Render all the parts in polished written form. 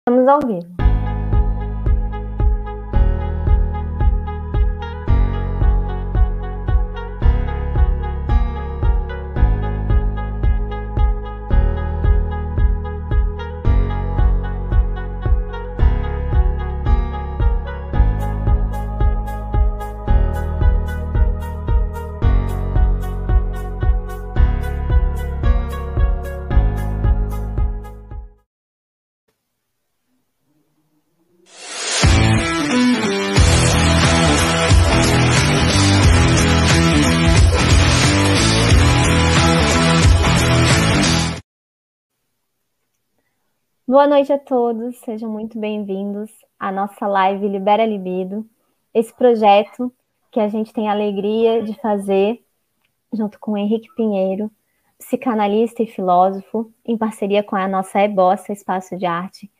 Estamos ao vivo. Boa noite a todos, sejam muito bem-vindos à nossa live Libera Libido, esse projeto que a gente tem a alegria de fazer junto com o Henrique Pinheiro, psicanalista e filósofo, em parceria com a nossa Ebossa, Espaço de Arte.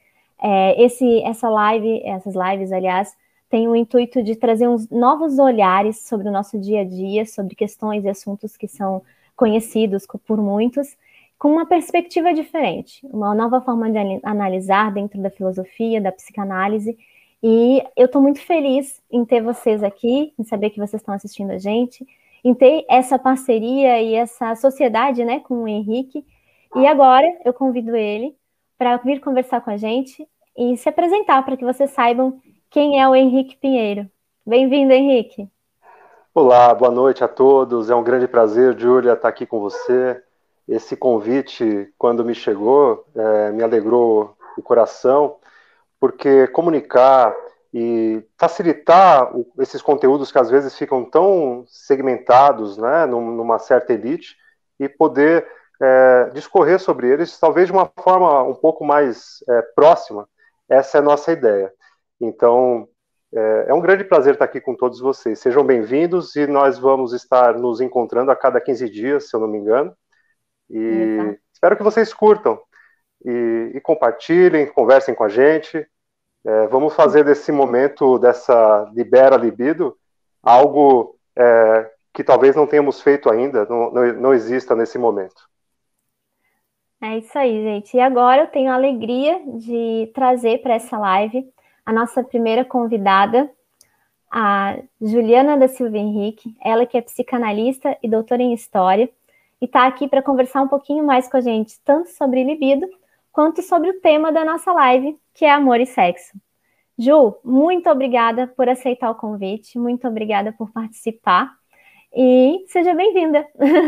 Essas lives, aliás, têm o intuito de trazer uns novos olhares sobre o nosso dia a dia, sobre questões e assuntos que são conhecidos por muitos, com uma perspectiva diferente, uma nova forma de analisar dentro da filosofia, da psicanálise, e eu estou muito feliz em ter vocês aqui, em saber que vocês estão assistindo a gente, em ter essa parceria e essa sociedade, né, com o Henrique, e agora eu convido ele para vir conversar com a gente e se apresentar para que vocês saibam quem é o Henrique Pinheiro. Bem-vindo, Henrique. Olá, boa noite a todos, é um grande prazer, Júlia, estar aqui com você. Esse convite, quando me chegou, me alegrou o coração, porque comunicar e facilitar esses conteúdos que às vezes ficam tão segmentados, né, numa certa elite, e poder discorrer sobre eles, talvez de uma forma um pouco mais próxima, essa é a nossa ideia. Então, é um grande prazer estar aqui com todos vocês. Sejam bem-vindos e nós vamos estar nos encontrando a cada 15 dias, se eu não me engano. E espero que vocês curtam e compartilhem, conversem com a gente. Vamos fazer desse momento, dessa Libera Libido, algo que talvez não tenhamos feito ainda, não exista nesse momento. É isso aí, gente. E agora eu tenho a alegria de trazer para essa live a nossa primeira convidada, a Juliana da Silva Henrique, ela que é psicanalista e doutora em História, e está aqui para conversar um pouquinho mais com a gente, tanto sobre libido, quanto sobre o tema da nossa live, que é amor e sexo. Ju, muito obrigada por aceitar o convite, muito obrigada por participar, e seja bem-vinda.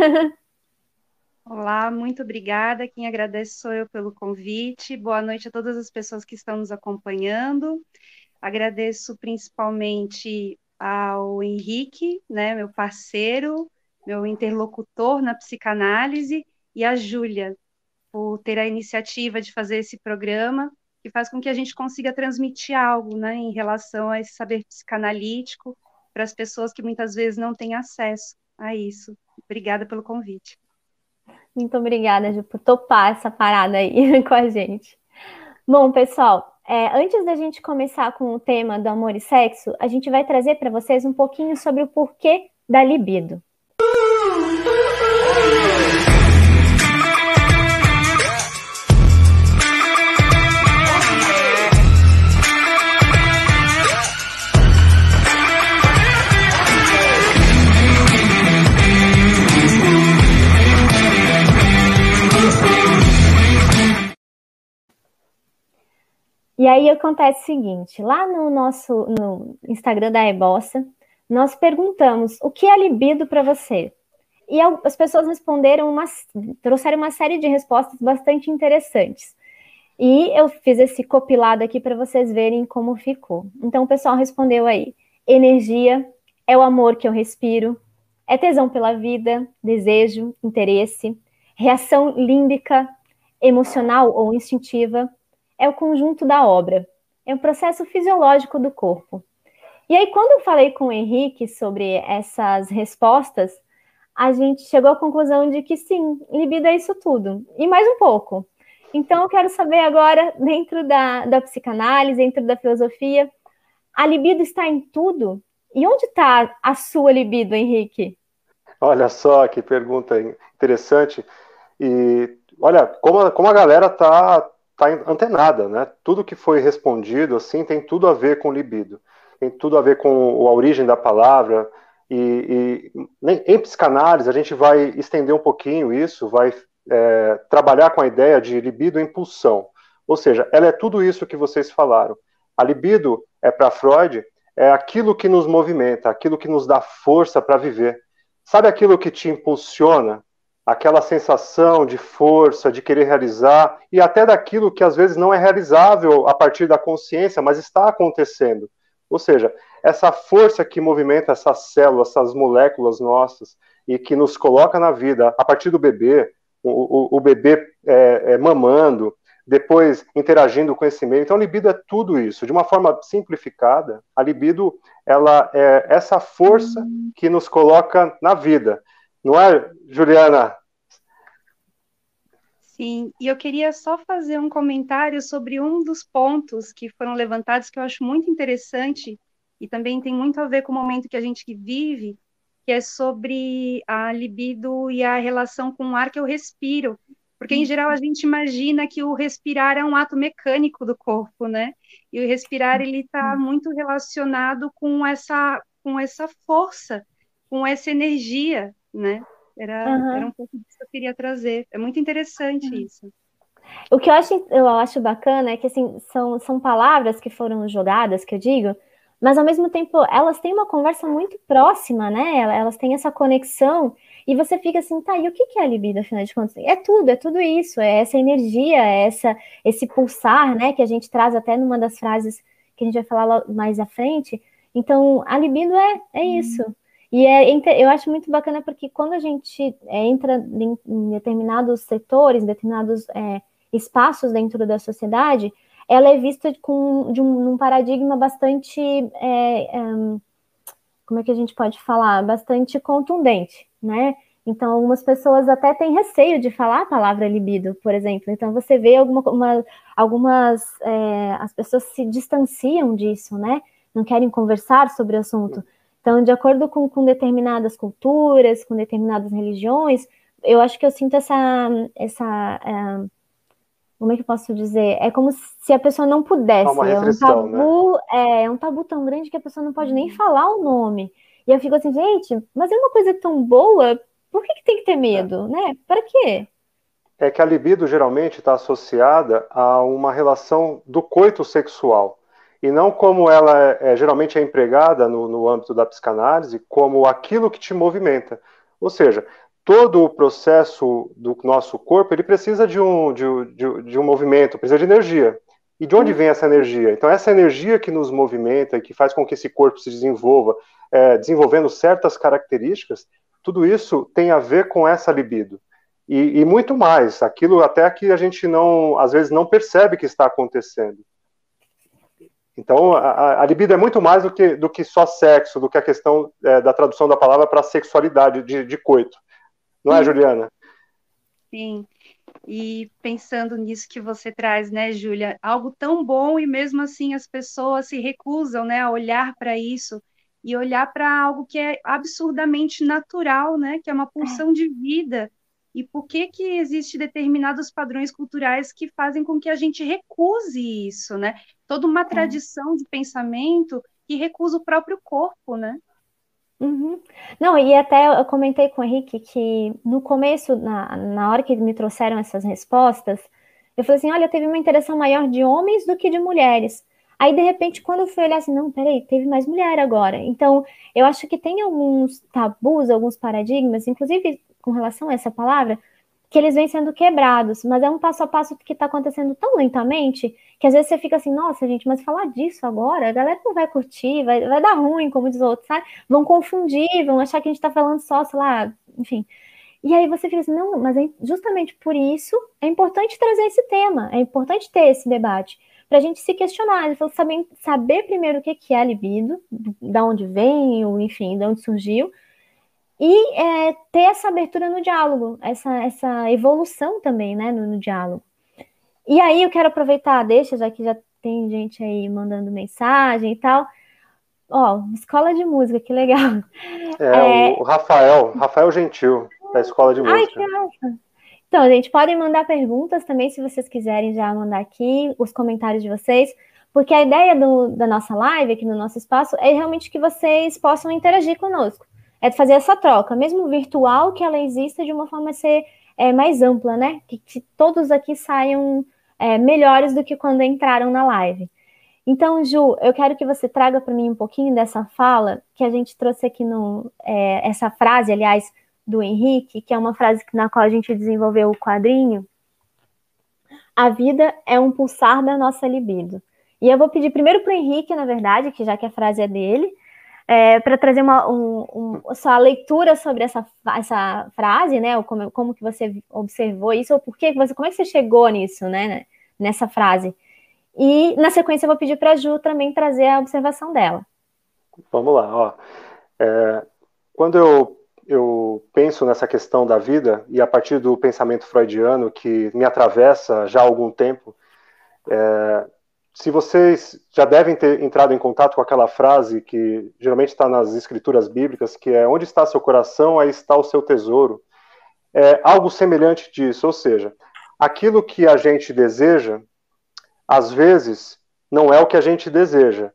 Olá, muito obrigada. Quem agradece sou eu pelo convite. Boa noite a todas as pessoas que estão nos acompanhando. Agradeço principalmente ao Henrique, né, meu parceiro, meu interlocutor na psicanálise, e a Júlia, por ter a iniciativa de fazer esse programa, que faz com que a gente consiga transmitir algo, né, em relação a esse saber psicanalítico para as pessoas que muitas vezes não têm acesso a isso. Obrigada pelo convite. Muito obrigada, Ju, por topar essa parada aí com a gente. Bom, pessoal, antes da gente começar com o tema do amor e sexo, a gente vai trazer para vocês um pouquinho sobre o porquê da libido. E aí acontece o seguinte, lá no Instagram da Ebossa, nós perguntamos o que é libido para você? E as pessoas trouxeram uma série de respostas bastante interessantes. E eu fiz esse compilado aqui para vocês verem como ficou. Então o pessoal respondeu aí, energia, é o amor que eu respiro, é tesão pela vida, desejo, interesse, reação límbica, emocional ou instintiva, é o conjunto da obra, é um processo fisiológico do corpo. E aí, quando eu falei com o Henrique sobre essas respostas, a gente chegou à conclusão de que sim, libido é isso tudo, e mais um pouco. Então, eu quero saber agora, dentro da psicanálise, dentro da filosofia, a libido está em tudo? E onde está a sua libido, Henrique? Olha só que pergunta interessante. E olha, como a galera está tá antenada, né? Tudo que foi respondido, assim, tem tudo a ver com libido. Tem tudo a ver com a origem da palavra. Em psicanálise, a gente vai estender um pouquinho isso, vai trabalhar com a ideia de libido e impulsão. Ou seja, ela é tudo isso que vocês falaram. A libido, para Freud, é aquilo que nos movimenta, aquilo que nos dá força para viver. Sabe aquilo que te impulsiona? Aquela sensação de força, de querer realizar, e até daquilo que às vezes não é realizável a partir da consciência, mas está acontecendo. Ou seja, essa força que movimenta essas células, essas moléculas nossas, e que nos coloca na vida a partir do bebê, o bebê mamando, depois interagindo com esse meio. Então, a libido é tudo isso. De uma forma simplificada, a libido ela é essa força que nos coloca na vida. Não é, Juliana? Sim, e eu queria só fazer um comentário sobre um dos pontos que foram levantados, que eu acho muito interessante, e também tem muito a ver com o momento que a gente vive, que é sobre a libido e a relação com o ar que eu respiro. Porque, em geral, a gente imagina que o respirar é um ato mecânico do corpo, né? E o respirar, ele está muito relacionado com essa força, com essa energia, né? Era um pouco disso que eu queria trazer. É muito interessante isso. O que eu acho bacana é que assim, são palavras que foram jogadas, que eu digo, mas ao mesmo tempo elas têm uma conversa muito próxima, né? Elas têm essa conexão, e você fica assim, tá, e o que é a libido, afinal de contas? É tudo isso, é essa energia, esse pulsar, né? Que a gente traz até numa das frases que a gente vai falar mais à frente. Então, a libido é isso. E eu acho muito bacana porque quando a gente entra em determinados setores, em determinados espaços dentro da sociedade, ela é vista num paradigma bastante, como é que a gente pode falar? Bastante contundente, né? Então, algumas pessoas até têm receio de falar a palavra libido, por exemplo. Então, você vê as pessoas se distanciam disso, né? Não querem conversar sobre o assunto. Então, de acordo com determinadas culturas, com determinadas religiões, eu acho que eu sinto como é que eu posso dizer? É como se a pessoa não pudesse. Uma restrição, né? É um tabu tão grande que a pessoa não pode nem falar o nome. E eu fico assim, gente, mas é uma coisa tão boa, por que tem que ter medo, né? Para quê? É que a libido geralmente está associada a uma relação do coito sexual. E não como ela geralmente é empregada no âmbito da psicanálise, como aquilo que te movimenta. Ou seja, todo o processo do nosso corpo ele precisa de um movimento, precisa de energia. E de onde vem essa energia? Então, essa energia que nos movimenta e que faz com que esse corpo se desenvolva, desenvolvendo certas características, tudo isso tem a ver com essa libido. E muito mais, aquilo até que a gente não, às vezes não percebe que está acontecendo. Então, a libido é muito mais do que só sexo, do que a questão da tradução da palavra para sexualidade, de coito. Não é, Juliana? Sim. E pensando nisso que você traz, né, Júlia, algo tão bom e mesmo assim as pessoas se recusam, né, a olhar para isso e olhar para algo que é absurdamente natural, né, que é uma pulsão de vida. E por que existe determinados padrões culturais que fazem com que a gente recuse isso, né? Toda uma tradição de pensamento que recusa o próprio corpo, né? Uhum. Não, e até eu comentei com o Henrique que no começo, na hora que me trouxeram essas respostas, eu falei assim, olha, teve uma interação maior de homens do que de mulheres. Aí, de repente, quando eu fui olhar assim, não, peraí, teve mais mulher agora. Então, eu acho que tem alguns tabus, alguns paradigmas, inclusive com relação a essa palavra, que eles vêm sendo quebrados, mas é um passo a passo que está acontecendo tão lentamente que às vezes você fica assim, nossa, gente, mas falar disso agora, a galera não vai curtir, vai dar ruim, como diz o outro, sabe? Vão confundir, vão achar que a gente está falando só, sei lá, enfim. E aí você fica assim, não, mas justamente por isso é importante trazer esse tema, é importante ter esse debate, para a gente se questionar, saber primeiro o que é a libido, da onde vem, ou enfim, de onde surgiu, e ter essa abertura no diálogo, essa evolução também, né, no diálogo. E aí eu quero aproveitar, já que já tem gente aí mandando mensagem e tal. Ó, escola de música, que legal. O Rafael Gentil, da Escola de Ai, Música. que graça. Então, gente, podem mandar perguntas também, se vocês quiserem já mandar aqui os comentários de vocês, porque a ideia da nossa live, aqui no nosso espaço, é realmente que vocês possam interagir conosco. É fazer essa troca, mesmo virtual, que ela exista de uma forma a ser mais ampla, né? Que todos aqui saiam melhores do que quando entraram na live. Então, Ju, eu quero que você traga para mim um pouquinho dessa fala que a gente trouxe aqui essa frase, aliás, do Henrique, que é uma frase na qual a gente desenvolveu o quadrinho. A vida é um pulsar da nossa libido. E eu vou pedir primeiro para o Henrique, na verdade, que já que a frase é dele, para trazer sua leitura sobre essa frase, né? Ou como que você observou isso, ou como é que você chegou nisso, né? Nessa frase. E, na sequência, eu vou pedir para a Ju também trazer a observação dela. Vamos lá, ó. Quando eu penso nessa questão da vida, e a partir do pensamento freudiano, que me atravessa já há algum tempo, se vocês já devem ter entrado em contato com aquela frase que geralmente está nas escrituras bíblicas, que é: onde está seu coração, aí está o seu tesouro. É algo semelhante disso, ou seja, aquilo que a gente deseja, às vezes, não é o que a gente deseja.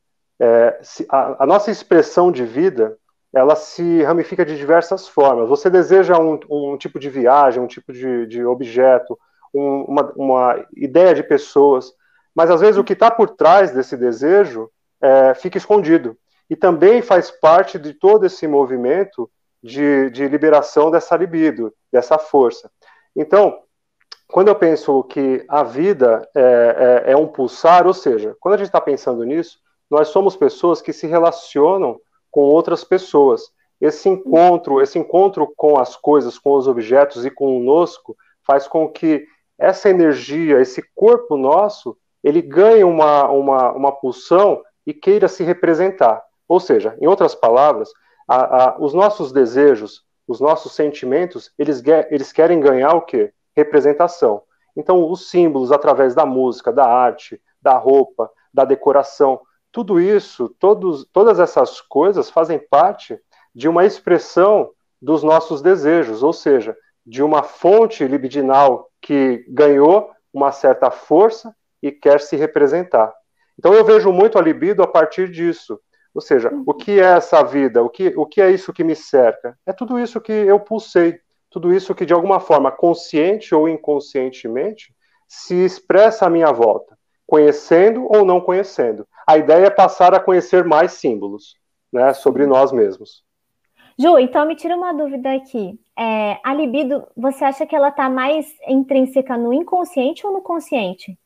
A nossa expressão de vida, ela se ramifica de diversas formas. Você deseja um tipo de viagem, um tipo de objeto, uma ideia de pessoas, mas às vezes o que está por trás desse desejo fica escondido. E também faz parte de todo esse movimento de liberação dessa libido, dessa força. Então, quando eu penso que a vida é um pulsar, ou seja, quando a gente está pensando nisso, nós somos pessoas que se relacionam com outras pessoas. Esse encontro com as coisas, com os objetos e conosco, faz com que essa energia, esse corpo nosso, ele ganhe uma pulsão e queira se representar. Ou seja, em outras palavras, os nossos desejos, os nossos sentimentos, eles querem ganhar o quê? Representação. Então, os símbolos, através da música, da arte, da roupa, da decoração, tudo isso, todas essas coisas fazem parte de uma expressão dos nossos desejos, ou seja, de uma fonte libidinal que ganhou uma certa força e quer se representar. Então, eu vejo muito a libido a partir disso. Ou seja, o que é essa vida? O que é isso que me cerca? É tudo isso que eu pulsei. Tudo isso que, de alguma forma, consciente ou inconscientemente, se expressa à minha volta, conhecendo ou não conhecendo. A ideia é passar a conhecer mais símbolos, né, sobre nós mesmos. Ju, então me tira uma dúvida aqui. A libido, você acha que ela está mais intrínseca no inconsciente ou no consciente?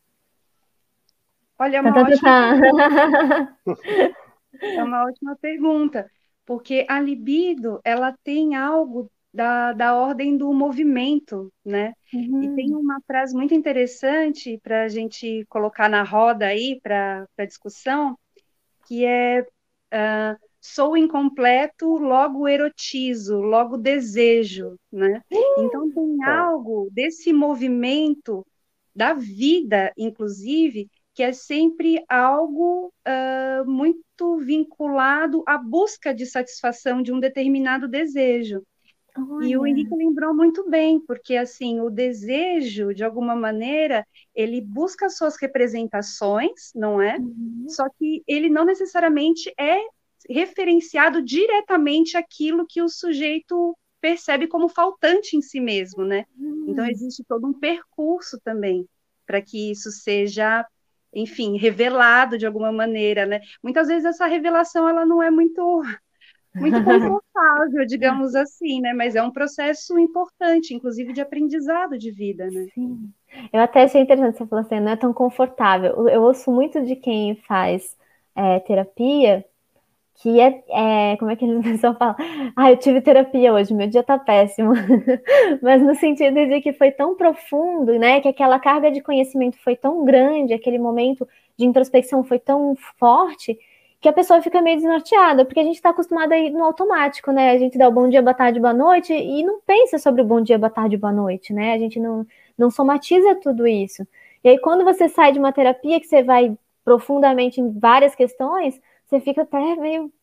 Olha, é uma ótima pergunta, porque a libido, ela tem algo da ordem do movimento, né? E tem uma frase muito interessante para a gente colocar na roda aí, para discussão, que é sou incompleto, logo erotizo, logo desejo, né? Então tem algo desse movimento da vida, inclusive, que é sempre algo muito vinculado à busca de satisfação de um determinado desejo. Olha. E o Henrique lembrou muito bem, porque assim, o desejo, de alguma maneira, ele busca suas representações, não é? Só que ele não necessariamente é referenciado diretamente àquilo que o sujeito percebe como faltante em si mesmo, né? Então existe todo um percurso também para que isso seja, enfim, revelado de alguma maneira, né? Muitas vezes essa revelação ela não é muito confortável, digamos assim, né? Mas é um processo importante, inclusive de aprendizado de vida, né? Sim. Eu até achei interessante você falar assim, não é tão confortável. Eu ouço muito de quem faz terapia, que como é que a pessoa fala? Eu tive terapia hoje, meu dia tá péssimo. Mas no sentido de que foi tão profundo, né? Que aquela carga de conhecimento foi tão grande, aquele momento de introspecção foi tão forte, que a pessoa fica meio desnorteada, porque a gente está acostumado a ir no automático, né? A gente dá o bom dia, boa tarde, boa noite, e não pensa sobre o bom dia, boa tarde, boa noite, né? A gente não somatiza tudo isso. E aí, quando você sai de uma terapia que você vai profundamente em várias questões, você fica até meio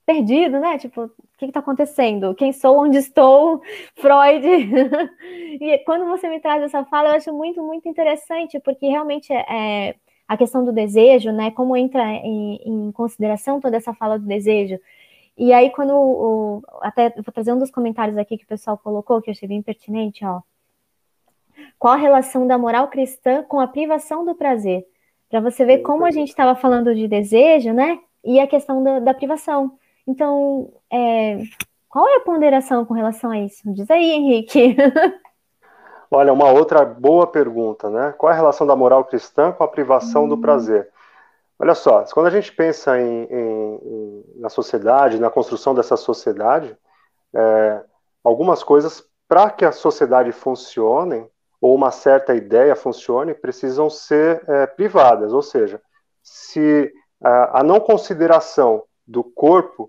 perdido, né? Tipo, o que está acontecendo? Quem sou? Onde estou? Freud. E quando você me traz essa fala, eu acho muito, muito interessante, porque realmente a questão do desejo, né? Como entra em consideração toda essa fala do desejo. E aí, até vou trazer um dos comentários aqui que o pessoal colocou, que eu achei bem pertinente, ó. Qual a relação da moral cristã com a privação do prazer? Para você ver como a gente estava falando de desejo, né? E a questão da privação. Então, qual é a ponderação com relação a isso? Diz aí, Henrique. Olha, uma outra boa pergunta, né? Qual é a relação da moral cristã com a privação do prazer? Olha só, quando a gente pensa na sociedade, na construção dessa sociedade, algumas coisas, para que a sociedade funcione, ou uma certa ideia funcione, precisam ser privadas. Ou seja, se a não consideração do corpo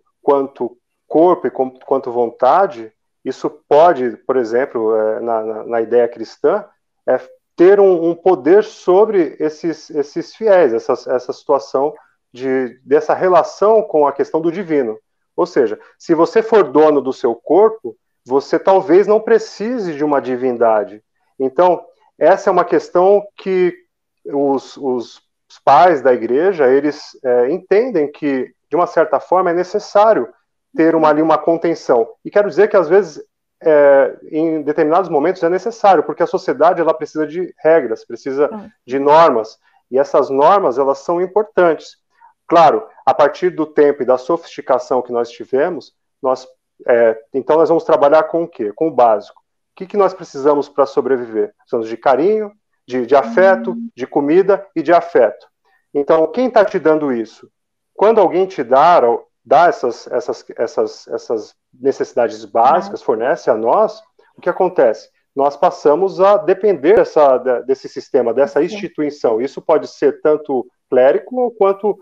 e quanto vontade, isso pode, por exemplo, na ideia cristã, ter um poder sobre esses fiéis, essa situação dessa relação com a questão do divino. Ou seja, se você for dono do seu corpo, você talvez não precise de uma divindade. Então, essa é uma questão que os pais da igreja, eles entendem que, de uma certa forma, é necessário ter ali uma contenção. E quero dizer que, às vezes, em determinados momentos é necessário, porque a sociedade ela precisa de regras, precisa de normas, e essas normas elas são importantes. Claro, a partir do tempo e da sofisticação que nós tivemos, então nós vamos trabalhar com o quê? Com o básico. O que nós precisamos para sobreviver? Precisamos de carinho, de afeto, de comida e de afeto. Então, quem está te dando isso? Quando alguém te dá essas necessidades básicas, fornece a nós, o que acontece? Nós passamos a depender desse sistema, dessa instituição. Isso pode ser tanto clérigo quanto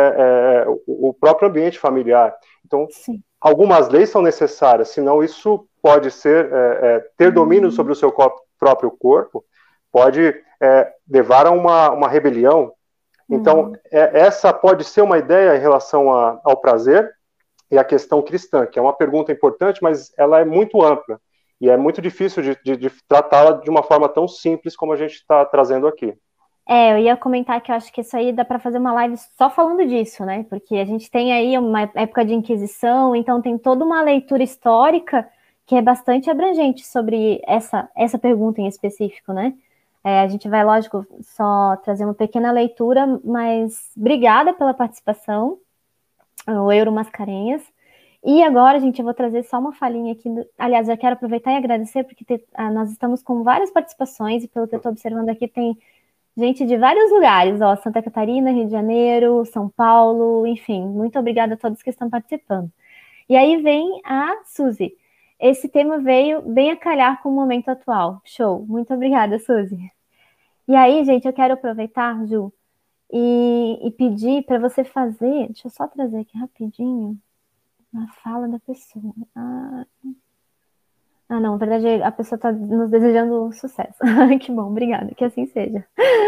o próprio ambiente familiar. Então, algumas leis são necessárias, senão isso pode ser ter domínio sobre o seu próprio corpo, pode levar a uma rebelião. Então, essa pode ser uma ideia em relação ao prazer e à questão cristã, que é uma pergunta importante, mas ela é muito ampla e é muito difícil de tratá-la de uma forma tão simples como a gente está trazendo aqui. Eu ia comentar que eu acho que isso aí dá para fazer uma live só falando disso, né? Porque a gente tem aí uma época de Inquisição, então tem toda uma leitura histórica que é bastante abrangente sobre essa pergunta em específico, né? A gente vai, lógico, só trazer uma pequena leitura, mas obrigada pela participação, o Euro Mascarenhas. E agora, gente, eu vou trazer só uma falinha aqui. Aliás, já quero aproveitar e agradecer, porque nós estamos com várias participações, e pelo que eu estou observando aqui, tem gente de vários lugares, ó, Santa Catarina, Rio de Janeiro, São Paulo, enfim, muito obrigada a todos que estão participando. E aí vem a Suzy. Esse tema veio bem a calhar com o momento atual. Show. Muito obrigada, Suzy. E aí, gente, eu quero aproveitar, Ju, e pedir para você fazer... Deixa eu só trazer aqui rapidinho a fala da pessoa. Não, na verdade, a pessoa está nos desejando sucesso. Que bom, obrigada, que assim seja.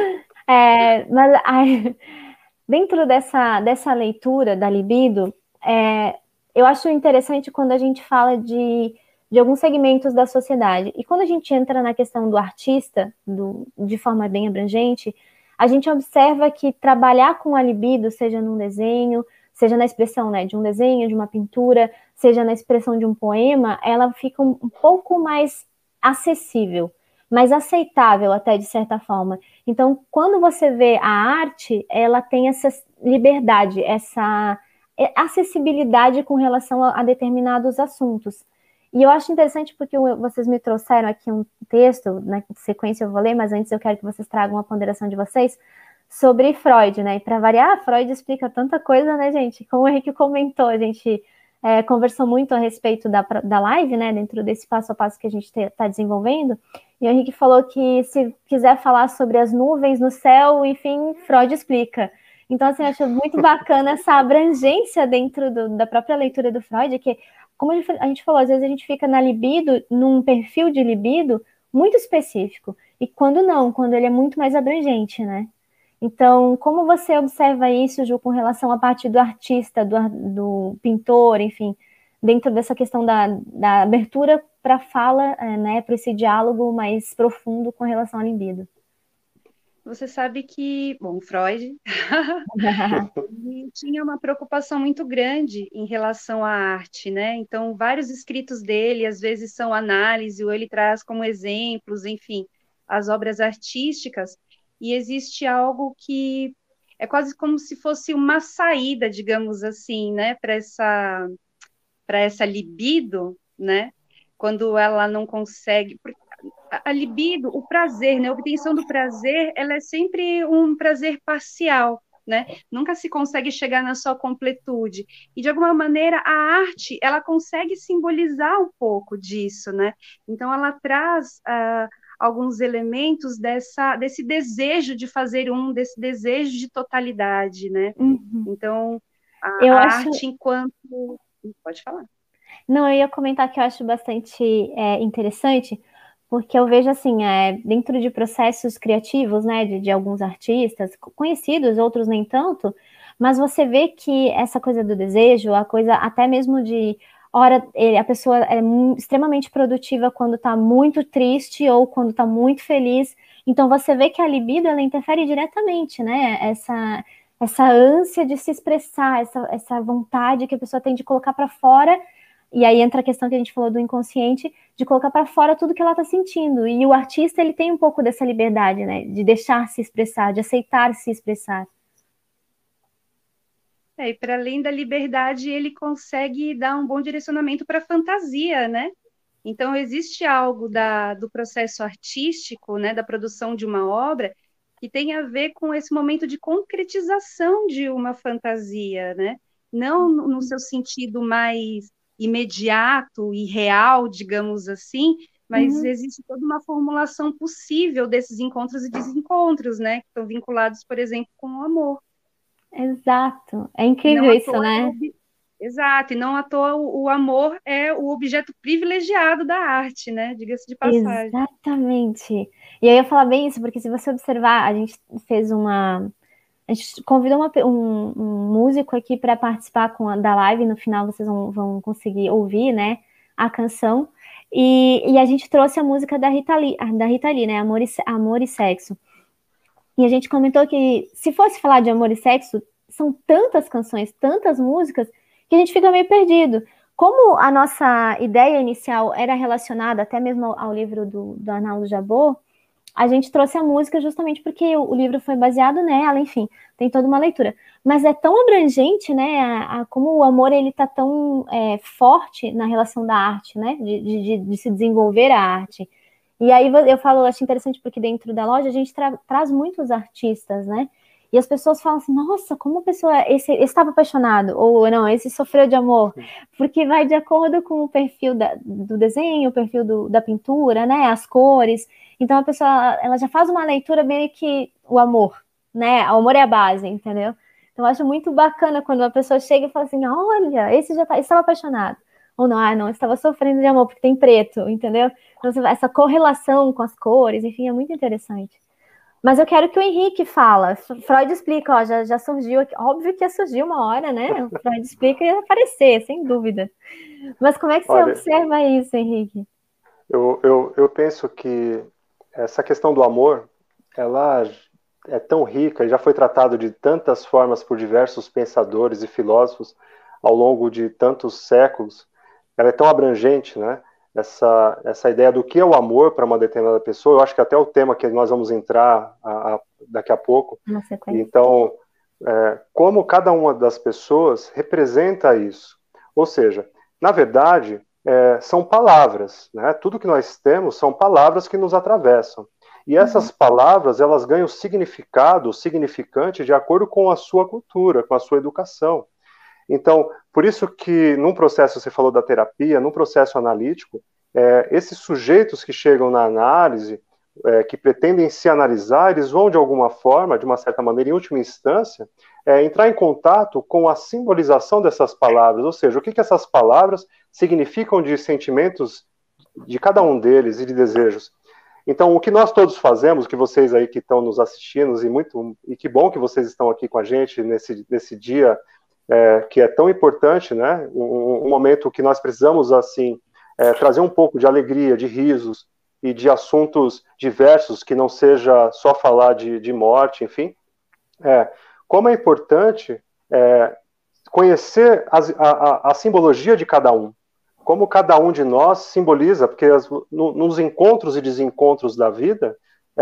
Mas dentro dessa leitura da libido, eu acho interessante quando a gente fala de alguns segmentos da sociedade. E quando a gente entra na questão do artista, de forma bem abrangente, a gente observa que trabalhar com a libido, seja num desenho, seja na expressão, né, de um desenho, de uma pintura, seja na expressão de um poema, ela fica um pouco mais acessível, mais aceitável até, de certa forma. Então, quando você vê a arte, ela tem essa liberdade, essa acessibilidade com relação a determinados assuntos. E eu acho interessante porque vocês me trouxeram aqui um texto, na sequência eu vou ler, mas antes eu quero que vocês tragam uma ponderação de vocês, sobre Freud, né? E para variar, Freud explica tanta coisa, né, gente? Como o Henrique comentou, a gente conversou muito a respeito da live, né? Dentro desse passo a passo que a gente está desenvolvendo. E o Henrique falou que se quiser falar sobre as nuvens no céu, enfim, Freud explica. Então, assim, eu acho muito bacana essa abrangência dentro da própria leitura do Freud, que, como a gente falou, às vezes a gente fica na libido, num perfil de libido muito específico. E quando não, quando ele é muito mais abrangente, né? Então, como você observa isso, Ju, com relação à parte do artista, do pintor, enfim, dentro dessa questão da abertura para a fala, né, para esse diálogo mais profundo com relação à libido? Você sabe que, bom, Freud ele tinha uma preocupação muito grande em relação à arte, né? Então, vários escritos dele, às vezes, são análise, ou ele traz como exemplos, enfim, as obras artísticas, e existe algo que é quase como se fosse uma saída, digamos assim, né, para essa libido, né? Quando ela não consegue, a libido, o prazer, né? A obtenção do prazer, ela é sempre um prazer parcial, né? Nunca se consegue chegar na sua completude. E, de alguma maneira, a arte, ela consegue simbolizar um pouco disso, né? Então, ela traz alguns elementos desse desejo de fazer desse desejo de totalidade, né? Uhum. Então, Eu a acho... arte enquanto... Pode falar. Não, eu ia comentar que eu acho bastante interessante, porque eu vejo assim, dentro de processos criativos, né, de alguns artistas conhecidos, outros nem tanto, mas você vê que essa coisa do desejo, a coisa até mesmo de ora, a pessoa é extremamente produtiva quando tá muito triste ou quando tá muito feliz. Então você vê que a libido ela interfere diretamente, né? Essa ânsia de se expressar, essa vontade que a pessoa tem de colocar para fora. E aí entra a questão que a gente falou do inconsciente, de colocar para fora tudo que ela está sentindo. E o artista, ele tem um pouco dessa liberdade, né? De deixar se expressar, de aceitar se expressar. E para além da liberdade, ele consegue dar um bom direcionamento para a fantasia, né? Então, existe algo do processo artístico, né, da produção de uma obra, que tem a ver com esse momento de concretização de uma fantasia, né? Não no seu sentido mais imediato e real, digamos assim, mas existe toda uma formulação possível desses encontros e desencontros, né? Que estão vinculados, por exemplo, com o amor. Exato. É incrível isso, né? Exato, e não à toa o amor é o objeto privilegiado da arte, né? Diga-se de passagem. Exatamente. E eu ia falar bem isso, porque se você observar, a gente convidou um músico aqui para participar da live, no final vocês vão conseguir ouvir, né, a canção, e a gente trouxe a música da Rita Lee, né, Amor e Sexo. E a gente comentou que, se fosse falar de amor e sexo, são tantas canções, tantas músicas, que a gente fica meio perdido. Como a nossa ideia inicial era relacionada até mesmo ao livro do Arnaldo Jabor, a gente trouxe a música justamente porque o livro foi baseado nela, enfim, tem toda uma leitura. Mas é tão abrangente, né, como o amor ele tá tão forte na relação da arte, né, de se desenvolver a arte. E aí eu acho interessante porque dentro da loja a gente traz muitos artistas, né? E as pessoas falam assim, nossa, como a pessoa, esse estava apaixonado, ou não, esse sofreu de amor, porque vai de acordo com o perfil do desenho, o perfil da pintura, né, as cores. Então a pessoa, ela já faz uma leitura meio que o amor, né, o amor é a base, entendeu? Então eu acho muito bacana quando uma pessoa chega e fala assim, olha, esse estava apaixonado. Ou não, não, estava sofrendo de amor porque tem preto, entendeu? Então, essa correlação com as cores, enfim, é muito interessante. Mas eu quero que o Henrique fala. Freud explica, ó, já surgiu aqui. Óbvio que ia surgir uma hora, né? O Freud explica e ia aparecer, sem dúvida. Mas como é que você observa isso, Henrique? Eu penso que essa questão do amor, ela é tão rica e já foi tratado de tantas formas por diversos pensadores e filósofos ao longo de tantos séculos. Ela é tão abrangente, né? Essa ideia do que é o amor para uma determinada pessoa, eu acho que até o tema que nós vamos entrar daqui a pouco. Então, como cada uma das pessoas representa isso. Ou seja, na verdade, são palavras, né? Tudo que nós temos são palavras que nos atravessam. E essas palavras, elas ganham significado, significante, de acordo com a sua cultura, com a sua educação. Então, por isso que num processo, você falou da terapia, num processo analítico, esses sujeitos que chegam na análise, que pretendem se analisar, eles vão de alguma forma, de uma certa maneira, em última instância, entrar em contato com a simbolização dessas palavras, ou seja, o que essas palavras significam de sentimentos de cada um deles e de desejos. Então, o que nós todos fazemos, que vocês aí que estão nos assistindo, e que bom que vocês estão aqui com a gente nesse dia que é tão importante, né? Um momento que nós precisamos, assim, trazer um pouco de alegria, de risos e de assuntos diversos, que não seja só falar de morte, enfim. Como é importante conhecer a simbologia de cada um, como cada um de nós simboliza, porque nos encontros e desencontros da vida,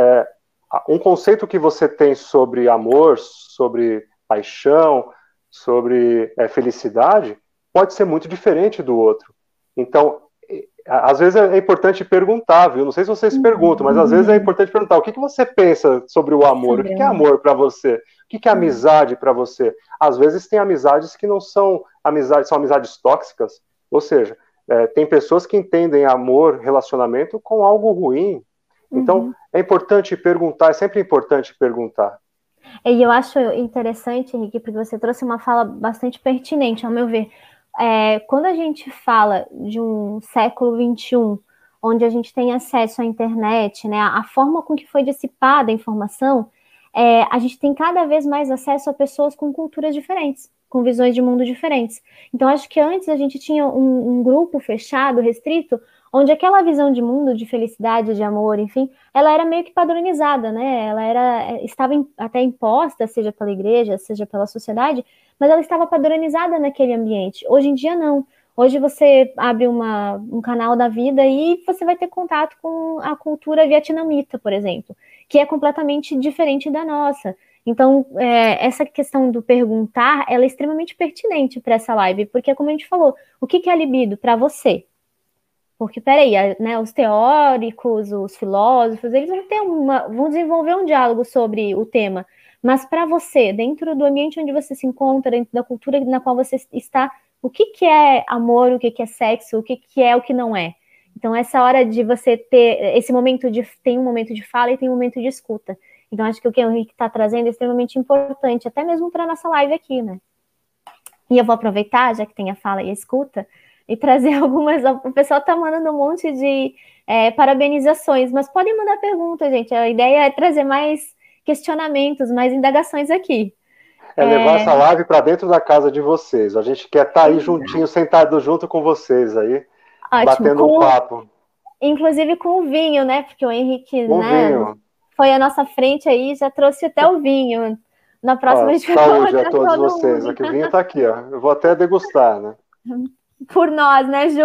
um conceito que você tem sobre amor, sobre paixão, sobre felicidade, pode ser muito diferente do outro. Então, às vezes é importante perguntar, viu? Não sei se vocês perguntam, mas às vezes é importante perguntar o que você pensa sobre o amor, o que é amor para você, o que é amizade para você. Às vezes tem amizades que não são amizades, são amizades tóxicas, ou seja, tem pessoas que entendem amor, relacionamento com algo ruim. Então, é importante perguntar, é sempre importante perguntar. E eu acho interessante, Henrique, porque você trouxe uma fala bastante pertinente, ao meu ver. Quando a gente fala de um século XXI, onde a gente tem acesso à internet, né, a forma com que foi dissipada a informação, a gente tem cada vez mais acesso a pessoas com culturas diferentes, com visões de mundo diferentes. Então, acho que antes a gente tinha um grupo fechado, restrito, onde aquela visão de mundo, de felicidade, de amor, enfim, ela era meio que padronizada, né? Ela estava até imposta, seja pela igreja, seja pela sociedade, mas ela estava padronizada naquele ambiente. Hoje em dia, não. Hoje você abre um canal da vida e você vai ter contato com a cultura vietnamita, por exemplo, que é completamente diferente da nossa. Então, essa questão do perguntar, ela é extremamente pertinente para essa live, porque, como a gente falou, o que é libido para você? Porque, peraí, né, os teóricos, os filósofos, eles vão desenvolver um diálogo sobre o tema. Mas para você, dentro do ambiente onde você se encontra, dentro da cultura na qual você está, o que é amor, o que é sexo, o que é o que não é? Então, essa hora de você ter esse momento tem um momento de fala e tem um momento de escuta. Então, acho que o que o Henrique está trazendo é extremamente importante, até mesmo para a nossa live aqui, né? E eu vou aproveitar, já que tem a fala e a escuta, e trazer algumas. O pessoal está mandando um monte de parabenizações, mas podem mandar perguntas, gente. A ideia é trazer mais questionamentos, mais indagações aqui. Levar essa live para dentro da casa de vocês. A gente quer estar aí juntinho, sentado junto com vocês aí, ótimo, batendo um papo. Inclusive com o vinho, né? Porque o Henrique, vinho. Foi à nossa frente aí, já trouxe até o vinho. Na próxima a gente saúde a todos vocês. Aqui, o vinho está aqui, ó. Eu vou até degustar, né? Por nós, né, Ju?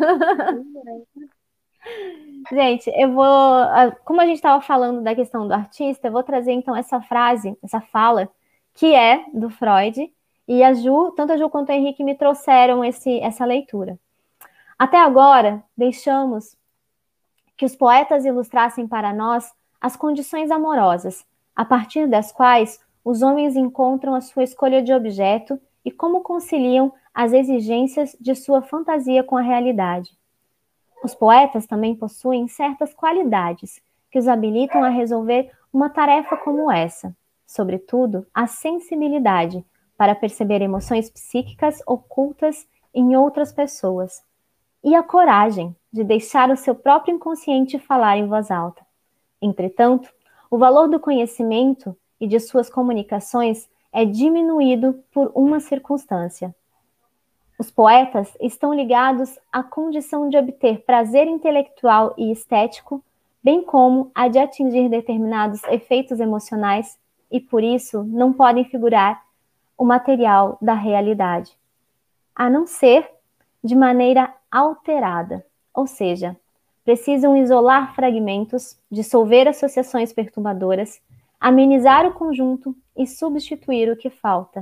Gente, como a gente estava falando da questão do artista, eu vou trazer então essa frase, essa fala, que é do Freud, e tanto a Ju quanto o Henrique me trouxeram essa leitura. Até agora, deixamos que os poetas ilustrassem para nós as condições amorosas, a partir das quais os homens encontram a sua escolha de objeto e como conciliam as exigências de sua fantasia com a realidade. Os poetas também possuem certas qualidades que os habilitam a resolver uma tarefa como essa, sobretudo a sensibilidade para perceber emoções psíquicas ocultas em outras pessoas, e a coragem de deixar o seu próprio inconsciente falar em voz alta. Entretanto, o valor do conhecimento e de suas comunicações é diminuído por uma circunstância. Os poetas estão ligados à condição de obter prazer intelectual e estético, bem como a de atingir determinados efeitos emocionais, e por isso não podem figurar o material da realidade, a não ser de maneira alterada, ou seja, precisam isolar fragmentos, dissolver associações perturbadoras, amenizar o conjunto e substituir o que falta.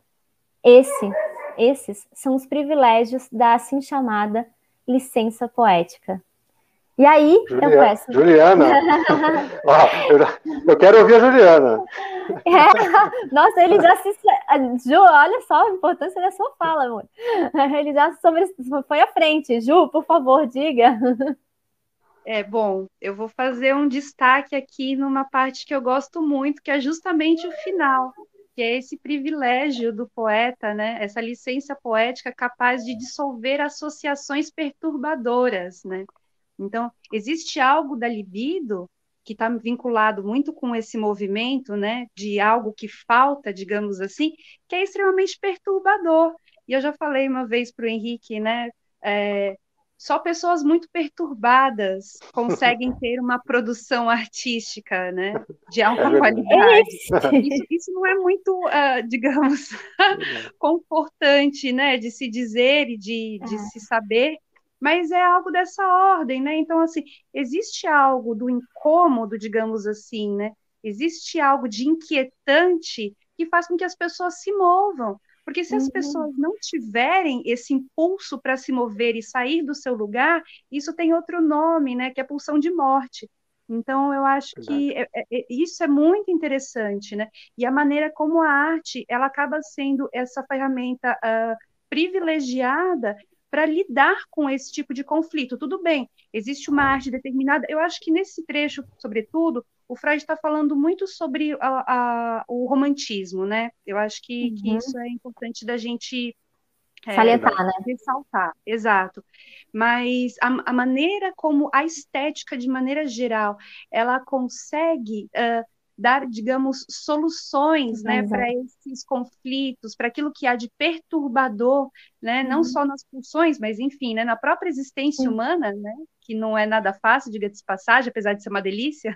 Esses são os privilégios da assim chamada licença poética. E aí, eu peço... Juliana! Eu quero ouvir a Juliana. Nossa, ele já se... Ju, olha só a importância da sua fala, amor. Ele já foi à frente. Ju, por favor, diga. Bom, eu vou fazer um destaque aqui numa parte que eu gosto muito, que é justamente o final, que é esse privilégio do poeta, né? Essa licença poética capaz de dissolver associações perturbadoras, né? Então, existe algo da libido que está vinculado muito com esse movimento, né, de algo que falta, digamos assim, que é extremamente perturbador. E eu já falei uma vez para o Henrique, né, só pessoas muito perturbadas conseguem ter uma produção artística, né, de alta qualidade. Isso não é muito, digamos, confortante, né, de se dizer e de se saber, mas é algo dessa ordem, né? Então, assim, existe algo do incômodo, digamos assim, né? Existe algo de inquietante que faz com que as pessoas se movam. Porque se as pessoas não tiverem esse impulso para se mover e sair do seu lugar, isso tem outro nome, né? Que é pulsão de morte. Então, eu acho que isso é muito interessante, né? E a maneira como a arte, ela acaba sendo essa ferramenta privilegiada para lidar com esse tipo de conflito. Tudo bem, existe uma arte determinada. Eu acho que nesse trecho, sobretudo, o Freud está falando muito sobre o romantismo, né? Eu acho que isso é importante da gente salientar, né? Ressaltar, exato. Mas a maneira como a estética, de maneira geral, ela consegue dar, digamos, soluções, né, para esses conflitos, para aquilo que há de perturbador, né, não só nas pulsões, mas, enfim, né, na própria existência humana, né, que não é nada fácil, diga-se de passagem, apesar de ser uma delícia.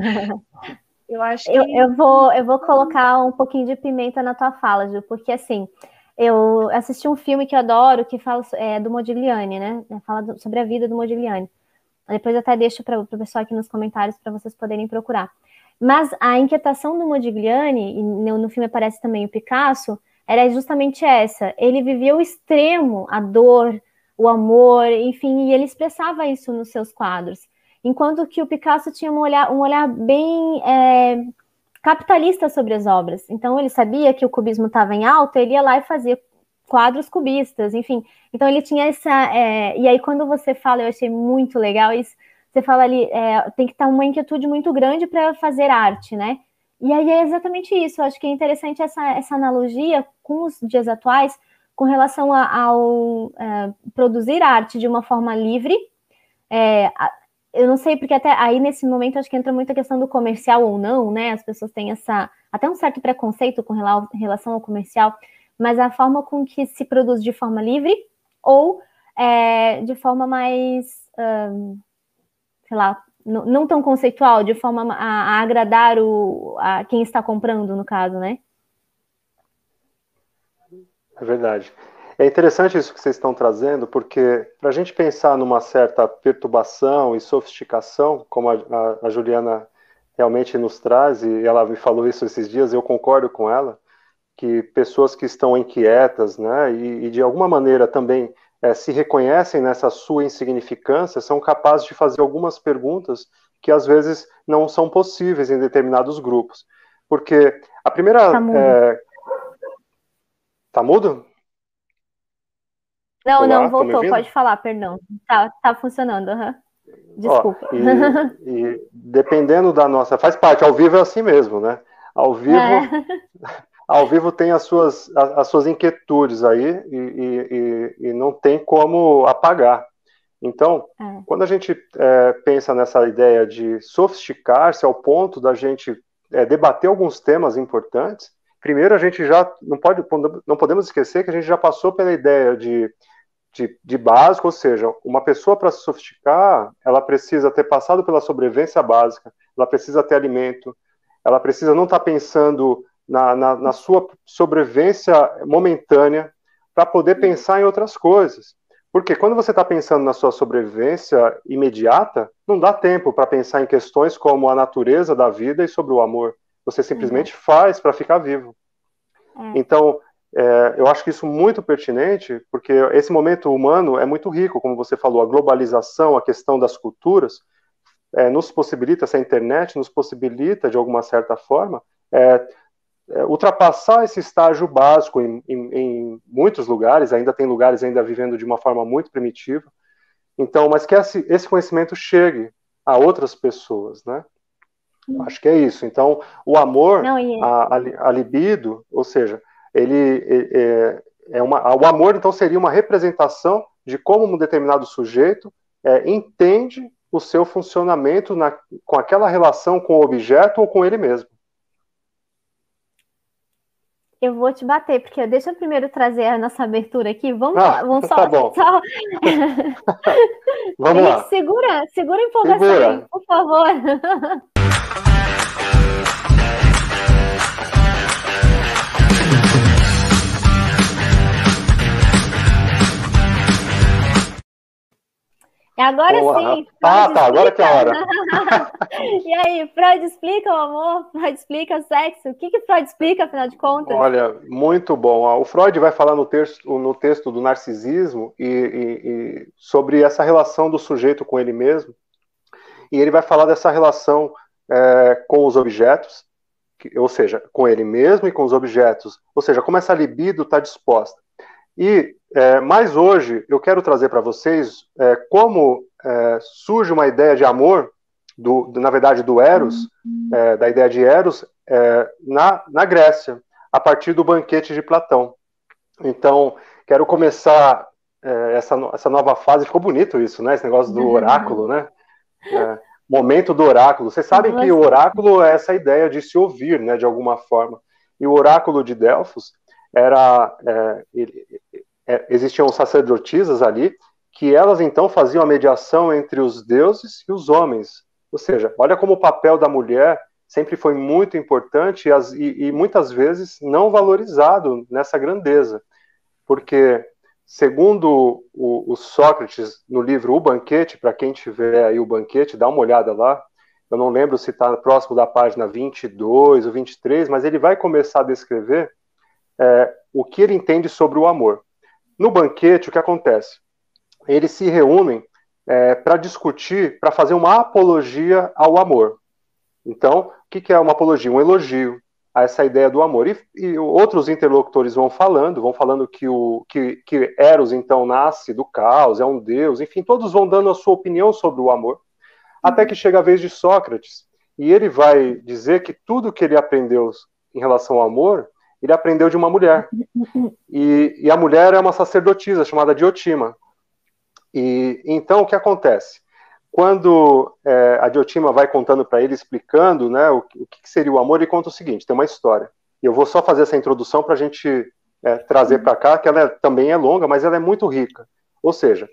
Eu acho que... eu vou colocar um pouquinho de pimenta na tua fala, Ju, porque, assim, eu assisti um filme que eu adoro, que fala do Modigliani, né, fala sobre a vida do Modigliani. Depois eu até deixo para o pessoal aqui nos comentários para vocês poderem procurar. Mas a inquietação do Modigliani, e no filme aparece também o Picasso, era justamente essa. Ele vivia o extremo, a dor, o amor, enfim, e ele expressava isso nos seus quadros. Enquanto que o Picasso tinha um olhar bem capitalista sobre as obras. Então ele sabia que o cubismo estava em alta, ele ia lá e fazia quadros cubistas, enfim. Então ele tinha essa... e aí quando você fala, eu achei muito legal isso, você fala ali, tem que estar uma inquietude muito grande para fazer arte, né? E aí é exatamente isso. Eu acho que é interessante essa analogia com os dias atuais, com relação ao produzir arte de uma forma livre. Eu não sei, porque até aí nesse momento acho que entra muito a questão do comercial ou não, né? As pessoas têm até um certo preconceito com relação ao comercial, mas a forma com que se produz de forma livre ou de forma mais... sei lá, não tão conceitual, de forma a agradar a quem está comprando, no caso, né? É verdade. É interessante isso que vocês estão trazendo, porque para a gente pensar numa certa perturbação e sofisticação, como a Juliana realmente nos traz, e ela me falou isso esses dias, eu concordo com ela, que pessoas que estão inquietas, né, e de alguma maneira também se reconhecem nessa sua insignificância, são capazes de fazer algumas perguntas que às vezes não são possíveis em determinados grupos. Porque a primeira... Tá mudo? Tá mudo? Não, Olá, não, voltou, pode falar, perdão. Tá funcionando, Desculpa. E dependendo da nossa... Faz parte, ao vivo é assim mesmo, né? Ao vivo tem as suas inquietudes aí e não tem como apagar. Então, quando a gente pensa nessa ideia de sofisticar-se ao ponto da gente debater alguns temas importantes, primeiro a gente já não podemos esquecer que a gente já passou pela ideia de básico, ou seja, uma pessoa para se sofisticar, ela precisa ter passado pela sobrevivência básica, ela precisa ter alimento, ela precisa não estar pensando na sua sobrevivência momentânea para poder pensar em outras coisas. Porque quando você está pensando na sua sobrevivência imediata, não dá tempo para pensar em questões como a natureza da vida e sobre o amor. Você simplesmente faz para ficar vivo. Então, eu acho que isso é muito pertinente, porque esse momento humano é muito rico, como você falou, a globalização, a questão das culturas, nos possibilita, essa internet nos possibilita, de alguma certa forma, ultrapassar esse estágio básico em muitos lugares, ainda tem lugares ainda vivendo de uma forma muito primitiva, então, mas que esse conhecimento chegue a outras pessoas, né? Acho que é isso. Então, o amor, a libido, ou seja, o amor, então, seria uma representação de como um determinado sujeito entende o seu funcionamento com aquela relação com o objeto ou com ele mesmo. Eu vou te bater, porque deixa eu primeiro trazer a nossa abertura aqui. Vamos só. Tá bom. Vamos lá. Segura a empolgação aí, por favor. Agora sim. Tá, agora que é a hora. E aí, Freud explica o amor? Freud explica o sexo? O que Freud explica, afinal de contas? Olha, muito bom. O Freud vai falar no texto do narcisismo e sobre essa relação do sujeito com ele mesmo. E ele vai falar dessa relação com os objetos, ou seja, com ele mesmo e com os objetos. Ou seja, como essa libido está disposta. E, mais hoje, eu quero trazer para vocês como surge uma ideia de amor, na verdade, do Eros, da ideia de Eros, na Grécia, a partir do banquete de Platão. Então, quero começar essa nova fase. Ficou bonito isso, né? Esse negócio do oráculo, né? Momento do oráculo. Vocês sabem que o oráculo é essa ideia de se ouvir, né, de alguma forma. E o oráculo de Delfos existiam sacerdotisas ali, que elas então faziam a mediação entre os deuses e os homens. Ou seja, olha como o papel da mulher sempre foi muito importante e muitas vezes não valorizado nessa grandeza. Porque, segundo o Sócrates, no livro O Banquete, para quem tiver aí o Banquete, dá uma olhada lá, eu não lembro se está próximo da página 22 ou 23, mas ele vai começar a descrever o que ele entende sobre o amor. No banquete, o que acontece? Eles se reúnem para discutir, para fazer uma apologia ao amor. Então, o que é uma apologia? Um elogio a essa ideia do amor. E outros interlocutores vão falando que Eros, então, nasce do caos, é um deus, enfim, todos vão dando a sua opinião sobre o amor, até que chega a vez de Sócrates, e ele vai dizer que tudo que ele aprendeu em relação ao amor, ele aprendeu de uma mulher. E a mulher é uma sacerdotisa chamada Diotima. E então o que acontece? Quando a Diotima vai contando para ele, explicando, né, o que seria o amor, ele conta o seguinte: tem uma história. E eu vou só fazer essa introdução para a gente trazer para cá, que ela também é longa, mas ela é muito rica. Ou seja,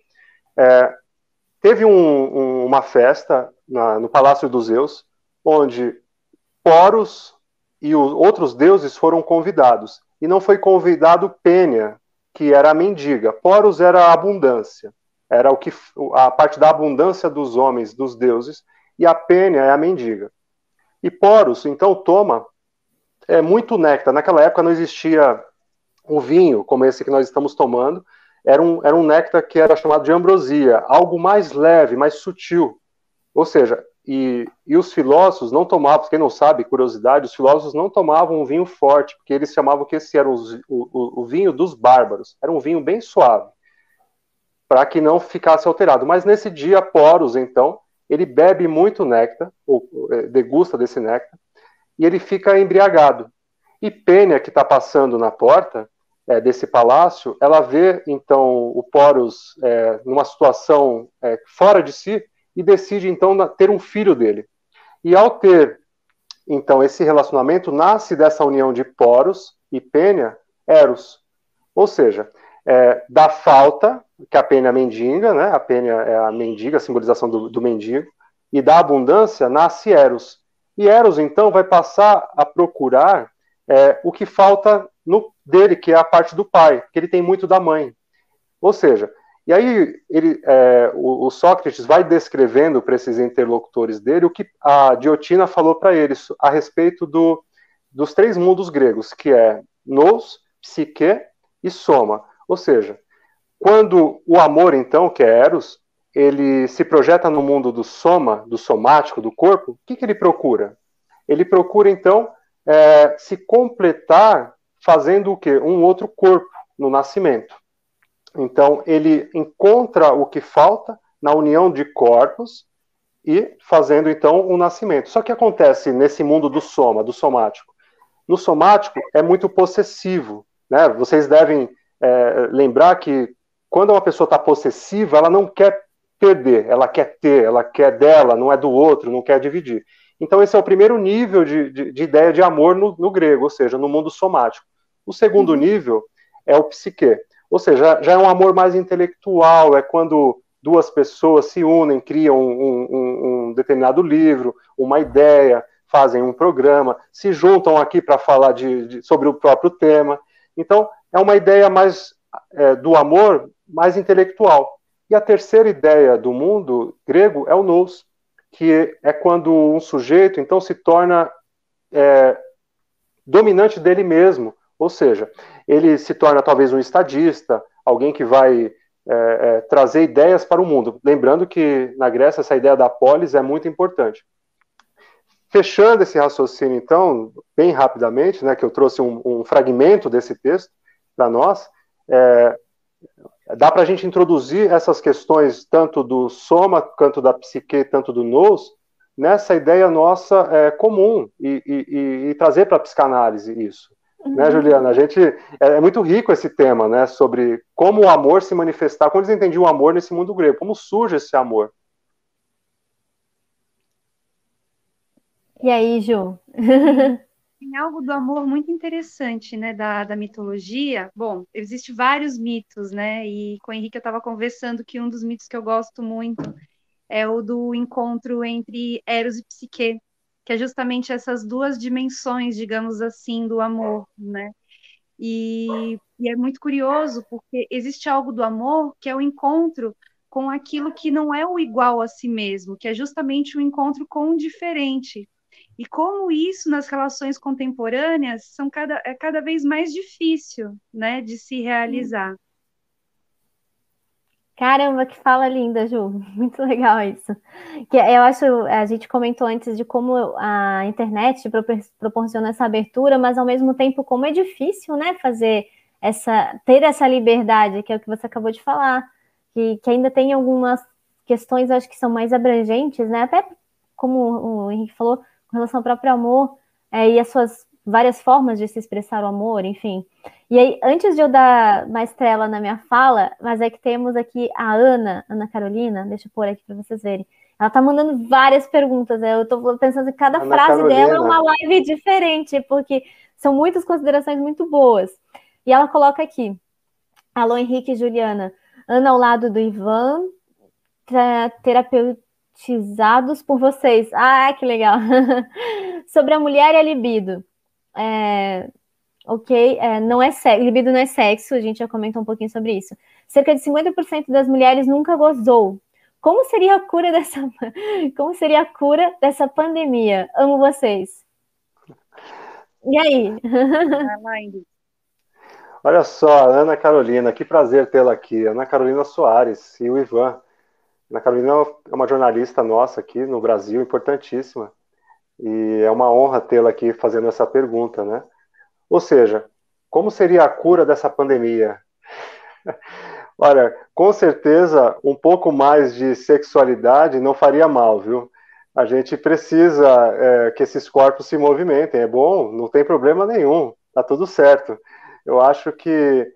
teve uma festa no Palácio dos Zeus, onde Poros e os outros deuses foram convidados. E não foi convidado Pênia, que era a mendiga. Poros era a abundância. Era a parte da abundância dos homens, dos deuses. E a Pênia é a mendiga. E Poros, então, toma muito néctar. Naquela época não existia o vinho, como esse que nós estamos tomando. Era um néctar que era chamado de ambrosia. Algo mais leve, mais sutil. Ou seja, e os filósofos não tomavam, quem não sabe, curiosidade, os filósofos não tomavam um vinho forte, porque eles chamavam que esse era o vinho dos bárbaros. Era um vinho bem suave, para que não ficasse alterado. Mas nesse dia, Poros, então, ele bebe muito néctar, ou degusta desse néctar, e ele fica embriagado. E Pênia, que está passando na porta desse palácio, ela vê, então, o Poros numa situação fora de si, e decide, então, ter um filho dele. E ao ter, então, esse relacionamento, nasce dessa união de Poros e Pênia, Eros. Ou seja, da falta, que a Pênia mendiga, né? A Pênia é a mendiga, a simbolização do mendigo, e da abundância nasce Eros. E Eros, então, vai passar a procurar o que falta dele, que é a parte do pai, que ele tem muito da mãe. Ou seja, e aí o Sócrates vai descrevendo para esses interlocutores dele o que a Diotima falou para eles a respeito dos três mundos gregos, que é nous, psique e soma. Ou seja, quando o amor, então, que é Eros, ele se projeta no mundo do soma, do somático, do corpo, o que ele procura? Ele procura, então, se completar fazendo o quê? Um outro corpo no nascimento. Então, ele encontra o que falta na união de corpos e fazendo, então, um nascimento. Só que acontece nesse mundo do soma, do somático. No somático, é muito possessivo, né? Vocês devem lembrar que quando uma pessoa está possessiva, ela não quer perder, ela quer ter, ela quer dela, não é do outro, não quer dividir. Então esse é o primeiro nível de ideia de amor no grego, ou seja, no mundo somático. O segundo nível é o psique, ou seja, já é um amor mais intelectual, é quando duas pessoas se unem, criam um determinado livro, uma ideia, fazem um programa, se juntam aqui para falar sobre o próprio tema. Então, é uma ideia mais do amor, mais intelectual. E a terceira ideia do mundo grego é o nous, que é quando um sujeito, então, se torna dominante dele mesmo, ou seja, ele se torna talvez um estadista, alguém que vai trazer ideias para o mundo. Lembrando que na Grécia essa ideia da polis é muito importante. Fechando esse raciocínio, então, bem rapidamente, né, que eu trouxe um fragmento desse texto para nós, dá para a gente introduzir essas questões tanto do soma, quanto da psique, tanto do nous, nessa ideia nossa comum e trazer para a psicanálise isso. Né, Juliana? A gente, é muito rico esse tema, né, sobre como o amor se manifestar, como eles entendiam o amor nesse mundo grego, como surge esse amor. E aí, Ju? Tem algo do amor muito interessante, né, da mitologia. Bom, existem vários mitos, né, e com o Henrique eu estava conversando que um dos mitos que eu gosto muito é o do encontro entre Eros e Psique, que é justamente essas duas dimensões, digamos assim, do amor, né? E é muito curioso, porque existe algo do amor que é o encontro com aquilo que não é o igual a si mesmo, que é justamente o encontro com o diferente. E como isso nas relações contemporâneas é cada vez mais difícil, né, de se realizar. Caramba, que fala linda, Ju. Muito legal isso. Que eu acho, a gente comentou antes de como a internet proporciona essa abertura, mas ao mesmo tempo como é difícil, né, ter essa liberdade, que é o que você acabou de falar, que ainda tem algumas questões, acho que são mais abrangentes, né, até como o Henrique falou, com relação ao próprio amor, e as suas várias formas de se expressar o amor, enfim. E aí, antes de eu dar mais trela na minha fala, mas é que temos aqui a Ana Carolina, deixa eu pôr aqui para vocês verem. Ela tá mandando várias perguntas, eu estou pensando que cada frase dela é uma live diferente, porque são muitas considerações muito boas. E ela coloca aqui, alô Henrique e Juliana, Ana ao lado do Ivan, terapeutizados por vocês. Ah, que legal! Sobre a mulher e a libido. Ok, não é libido não é sexo, a gente já comentou um pouquinho sobre isso. Cerca de 50% das mulheres nunca gozou. Como seria a cura dessa pandemia? Amo vocês. E aí? Olha só, Ana Carolina, que prazer tê-la aqui. Ana Carolina Soares e o Ivan. Ana Carolina é uma jornalista nossa aqui no Brasil, importantíssima. E é uma honra tê-la aqui fazendo essa pergunta, né? Ou seja, como seria a cura dessa pandemia? Olha, com certeza um pouco mais de sexualidade não faria mal, viu? A gente precisa que esses corpos se movimentem, é bom, não tem problema nenhum, tá tudo certo. Eu acho que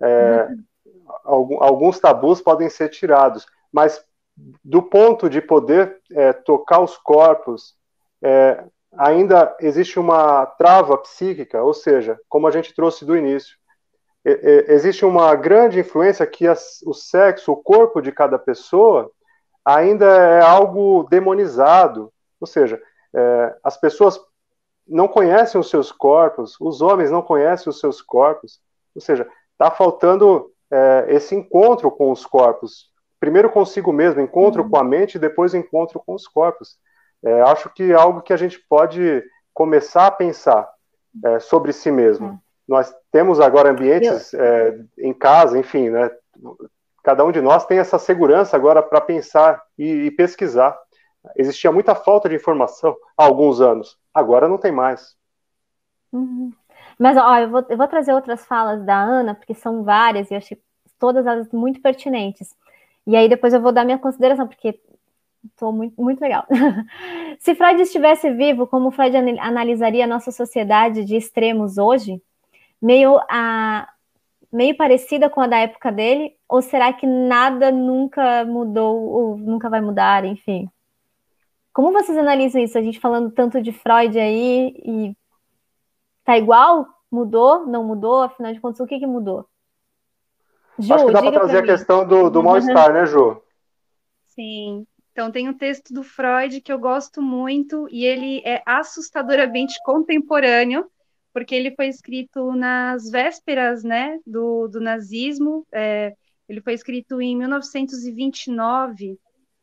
alguns tabus podem ser tirados, mas do ponto de poder tocar os corpos, ainda existe uma trava psíquica, ou seja, como a gente trouxe do início, existe uma grande influência que o sexo, o corpo de cada pessoa, ainda é algo demonizado, ou seja, as pessoas não conhecem os seus corpos, os homens não conhecem os seus corpos, ou seja, está faltando esse encontro com os corpos, primeiro consigo mesmo, encontro com a mente e depois encontro com os corpos. Acho que é algo que a gente pode começar a pensar sobre si mesmo. Nós temos agora ambientes em casa, enfim, né? Cada um de nós tem essa segurança agora para pensar e pesquisar. Existia muita falta de informação há alguns anos, agora não tem mais. Mas ó, eu vou trazer outras falas da Ana, porque são várias e eu achei todas elas muito pertinentes. E aí depois eu vou dar minha consideração, porque estou muito, muito legal. Se Freud estivesse vivo, como Freud analisaria a nossa sociedade de extremos hoje? Meio meio parecida com a da época dele? Ou será que nada nunca mudou ou nunca vai mudar, enfim? Como vocês analisam isso? A gente falando tanto de Freud aí, e tá igual? Mudou? Não mudou? Afinal de contas, o que mudou? Acho que Ju, dá para diga para trazer a mim. questão do mal-estar, né, Ju? Sim. Então, tem um texto do Freud que eu gosto muito e ele é assustadoramente contemporâneo, porque ele foi escrito nas vésperas, né, do nazismo. Ele foi escrito em 1929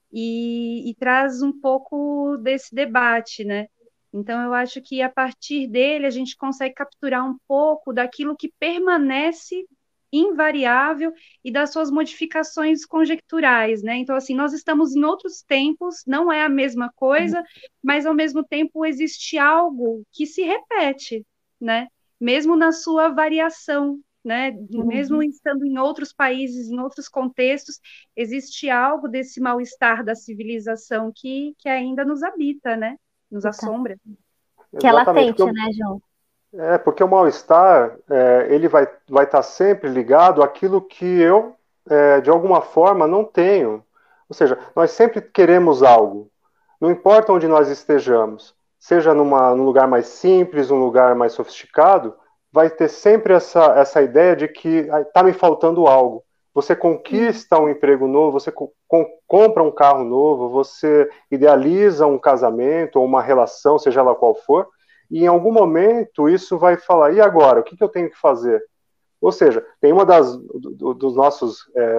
e traz um pouco desse debate, né? Então, eu acho que a partir dele a gente consegue capturar um pouco daquilo que permanece invariável e das suas modificações conjecturais, né? Então, assim, nós estamos em outros tempos, não é a mesma coisa, mas ao mesmo tempo existe algo que se repete, né? Mesmo na sua variação, né? Mesmo Uhum. estando em outros países, em outros contextos, existe algo desse mal-estar da civilização que ainda nos habita, né? Nos Tá. assombra. Que é Exatamente. latente, né, João? Porque o mal-estar, ele vai estar sempre ligado àquilo que eu, de alguma forma, não tenho. Ou seja, nós sempre queremos algo, não importa onde nós estejamos, seja num lugar mais simples, um lugar mais sofisticado, vai ter sempre essa ideia de que está me faltando algo. Você conquista um emprego novo, você compra um carro novo, você idealiza um casamento ou uma relação, seja ela qual for, e em algum momento isso vai falar, e agora, o que eu tenho que fazer? Ou seja, tem dos nossos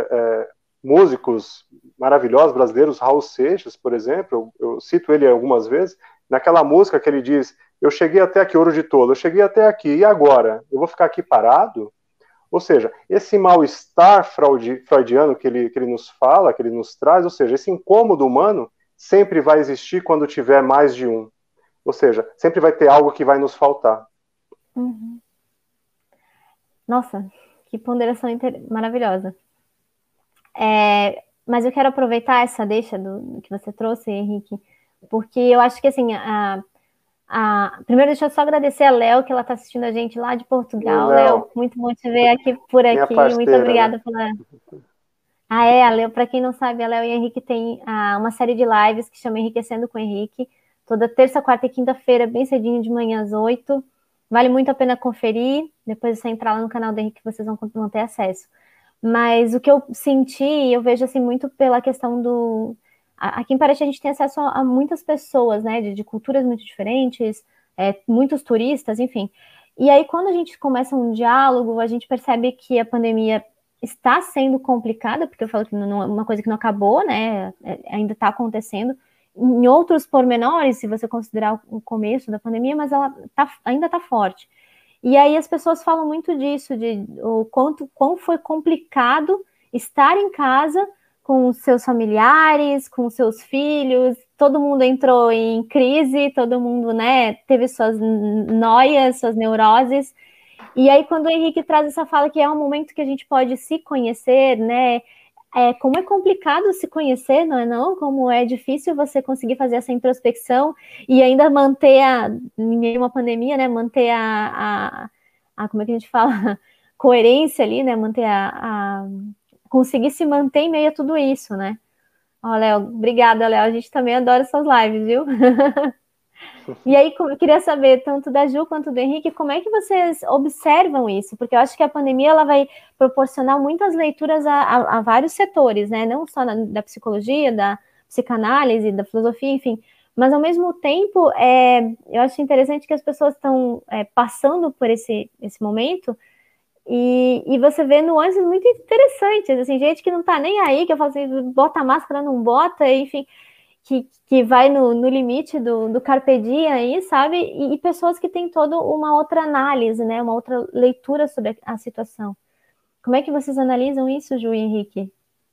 músicos maravilhosos brasileiros, Raul Seixas, por exemplo, eu cito ele algumas vezes, naquela música que ele diz, eu cheguei até aqui, ouro de tolo, eu cheguei até aqui, e agora? Eu vou ficar aqui parado? Ou seja, esse mal-estar freudiano que ele nos fala, que ele nos traz, ou seja, esse incômodo humano sempre vai existir quando tiver mais de um. Ou seja, sempre vai ter algo que vai nos faltar. Uhum. Nossa, que ponderação maravilhosa. Mas eu quero aproveitar essa deixa do que você trouxe, Henrique, porque eu acho que assim, primeiro deixa eu só agradecer a Léo, que ela está assistindo a gente lá de Oi, Portugal. Léo, Léo, muito bom te ver aqui por minha aqui. Muito parceira, né? obrigada pela. A Léo, para quem não sabe, a Léo e o Henrique tem uma série de lives que chama Enriquecendo com o Henrique, toda terça, quarta e quinta-feira, bem cedinho de manhã às 8. Vale muito a pena conferir. Depois você entrar lá no canal do Henrique, vocês vão ter acesso. Mas o que eu senti, eu vejo assim muito pela questão do. Aqui em Paraty a gente tem acesso a muitas pessoas, né, de culturas muito diferentes, muitos turistas, enfim. E aí, quando a gente começa um diálogo, a gente percebe que a pandemia está sendo complicada, porque eu falo que não é uma coisa que não acabou, né? Ainda está acontecendo. Em outros pormenores, se você considerar o começo da pandemia, mas ela ainda está forte. E aí as pessoas falam muito disso, de o quão foi complicado estar em casa com seus familiares, com seus filhos, todo mundo entrou em crise, todo mundo, né, teve suas noias, suas neuroses. E aí, quando o Henrique traz essa fala que é um momento que a gente pode se conhecer, né? Como é complicado se conhecer, não é não? Como é difícil você conseguir fazer essa introspecção e ainda manter em meio a uma pandemia, né? Manter como é que a gente fala? Coerência ali, né? Manter conseguir se manter em meio a tudo isso, né? Ó, Léo, obrigada, Léo. A gente também adora suas lives, viu? E aí, eu queria saber, tanto da Ju quanto do Henrique, como é que vocês observam isso? Porque eu acho que a pandemia ela vai proporcionar muitas leituras a vários setores, né? Não só da psicologia, da psicanálise, da filosofia, enfim. Mas, ao mesmo tempo, eu acho interessante que as pessoas estão passando por esse momento e você vê nuances muito interessantes. Assim, gente que não tá nem aí, que eu falo assim, bota a máscara, não bota, enfim que vai no limite do carpe diem aí, sabe? E pessoas que têm toda uma outra análise, né? Uma outra leitura sobre a situação. Como é que vocês analisam isso, Ju e Henrique?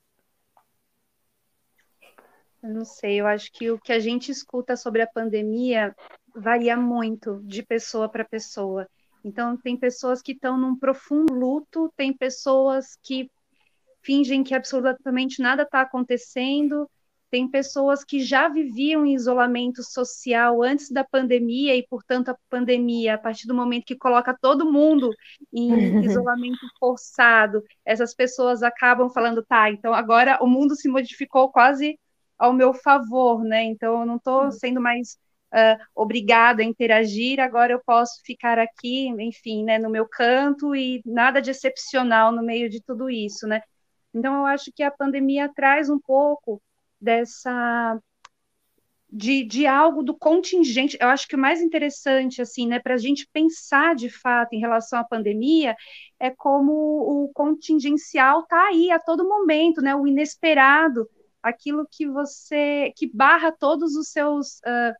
Eu não sei, eu acho que o que a gente escuta sobre a pandemia varia muito de pessoa para pessoa. Então, tem pessoas que estão num profundo luto, tem pessoas que fingem que absolutamente nada está acontecendo, tem pessoas que já viviam em isolamento social antes da pandemia e, portanto, a pandemia, a partir do momento que coloca todo mundo em isolamento forçado, essas pessoas acabam falando, tá, então agora o mundo se modificou quase ao meu favor, né? Então eu não estou sendo mais obrigada a interagir, agora eu posso ficar aqui, enfim, né, no meu canto e nada de excepcional no meio de tudo isso, né? Então eu acho que a pandemia traz um pouco dessa de algo do contingente. Eu acho que o mais interessante, assim, né, para a gente pensar de fato em relação à pandemia, é como o contingencial está aí a todo momento, né, o inesperado, aquilo que barra todos os seus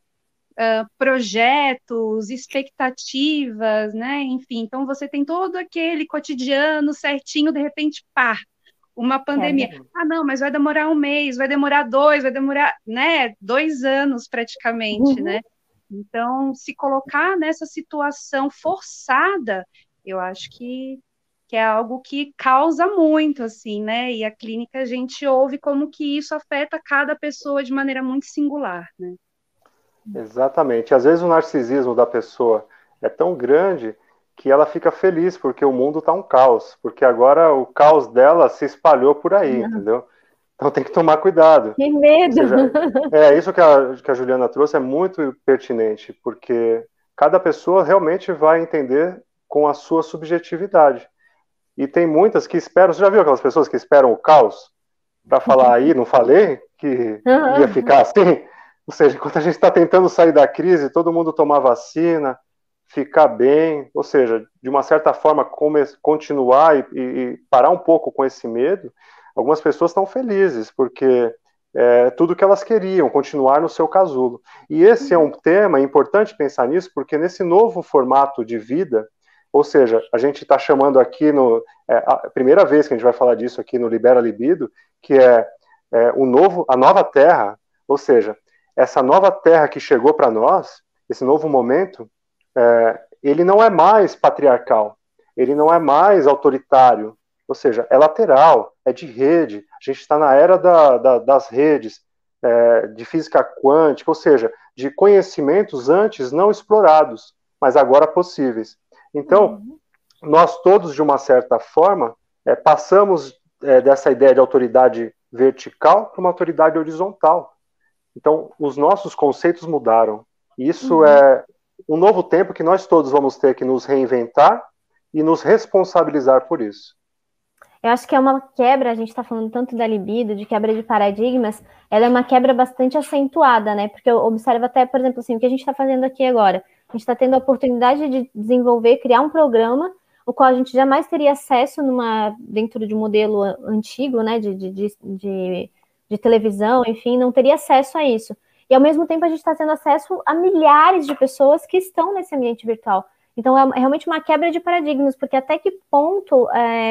projetos, expectativas, né, enfim. Então você tem todo aquele cotidiano certinho, de repente, pá, uma pandemia. Ah, não, mas vai demorar um mês, vai demorar dois, vai demorar, né, 2 anos praticamente, né? Então, se colocar nessa situação forçada, eu acho que é algo que causa muito, assim, né? E a clínica a gente ouve como que isso afeta cada pessoa de maneira muito singular, né? Exatamente. Às vezes o narcisismo da pessoa é tão grande que ela fica feliz porque o mundo está um caos, porque agora o caos dela se espalhou por aí, entendeu? Então tem que tomar cuidado. Que medo! Ou seja, isso que a Juliana trouxe é muito pertinente, porque cada pessoa realmente vai entender com a sua subjetividade. E tem muitas que esperam, você já viu aquelas pessoas que esperam o caos para falar aí, não falei que ia ficar assim? Ou seja, enquanto a gente está tentando sair da crise, todo mundo tomar vacina, ficar bem, ou seja, de uma certa forma continuar e parar um pouco com esse medo, algumas pessoas estão felizes, porque é tudo que elas queriam, continuar no seu casulo. E esse é um tema importante pensar nisso, porque nesse novo formato de vida, ou seja, a gente está chamando aqui a primeira vez que a gente vai falar disso aqui no Libera Libido, que é a nova terra, ou seja, essa nova terra que chegou para nós, esse novo momento, ele não é mais patriarcal, ele não é mais autoritário, ou seja, é lateral, é de rede, a gente está na era das redes, de física quântica, ou seja, de conhecimentos antes não explorados, mas agora possíveis. Então, nós todos, de uma certa forma, passamos dessa ideia de autoridade vertical para uma autoridade horizontal. Então, os nossos conceitos mudaram. Isso é um novo tempo que nós todos vamos ter que nos reinventar e nos responsabilizar por isso. Eu acho que é uma quebra, a gente está falando tanto da libido, de quebra de paradigmas, ela é uma quebra bastante acentuada, né? Porque eu observo até, por exemplo, assim, o que a gente está fazendo aqui agora. A gente está tendo a oportunidade de desenvolver, criar um programa, o qual a gente jamais teria acesso dentro de um modelo antigo, né? De televisão, enfim, não teria acesso a isso. E, ao mesmo tempo, a gente está tendo acesso a milhares de pessoas que estão nesse ambiente virtual. Então, é realmente uma quebra de paradigmas, porque até que ponto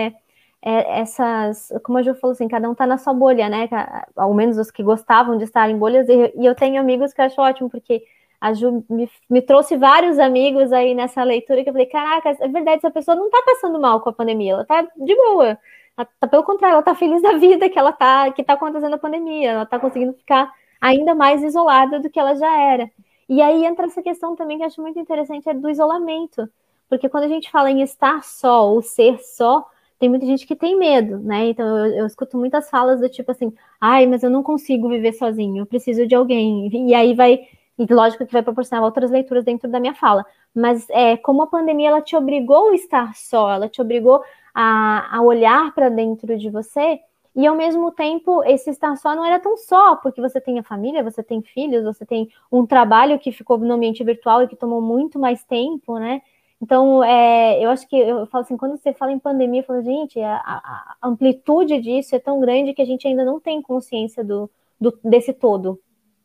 como a Ju falou assim, cada um tá na sua bolha, né? Ao menos os que gostavam de estar em bolhas, e eu tenho amigos que eu acho ótimo, porque a Ju me trouxe vários amigos aí nessa leitura que eu falei, caraca, é verdade, essa pessoa não tá passando mal com a pandemia, ela tá de boa. Pelo contrário, ela tá feliz da vida que tá acontecendo a pandemia, ela tá conseguindo ficar ainda mais isolada do que ela já era. E aí entra essa questão também que eu acho muito interessante, do isolamento. Porque quando a gente fala em estar só ou ser só, tem muita gente que tem medo, né? Então eu escuto muitas falas do tipo assim, ai, mas eu não consigo viver sozinho, eu preciso de alguém. E aí e lógico que vai proporcionar outras leituras dentro da minha fala. Mas como a pandemia, ela te obrigou a estar só, ela te obrigou a olhar para dentro de você, e ao mesmo tempo, esse estar só não era tão só, porque você tem a família, você tem filhos, você tem um trabalho que ficou no ambiente virtual e que tomou muito mais tempo, né? Então, eu acho que eu falo assim, quando você fala em pandemia, eu falo, gente, a amplitude disso é tão grande que a gente ainda não tem consciência desse todo.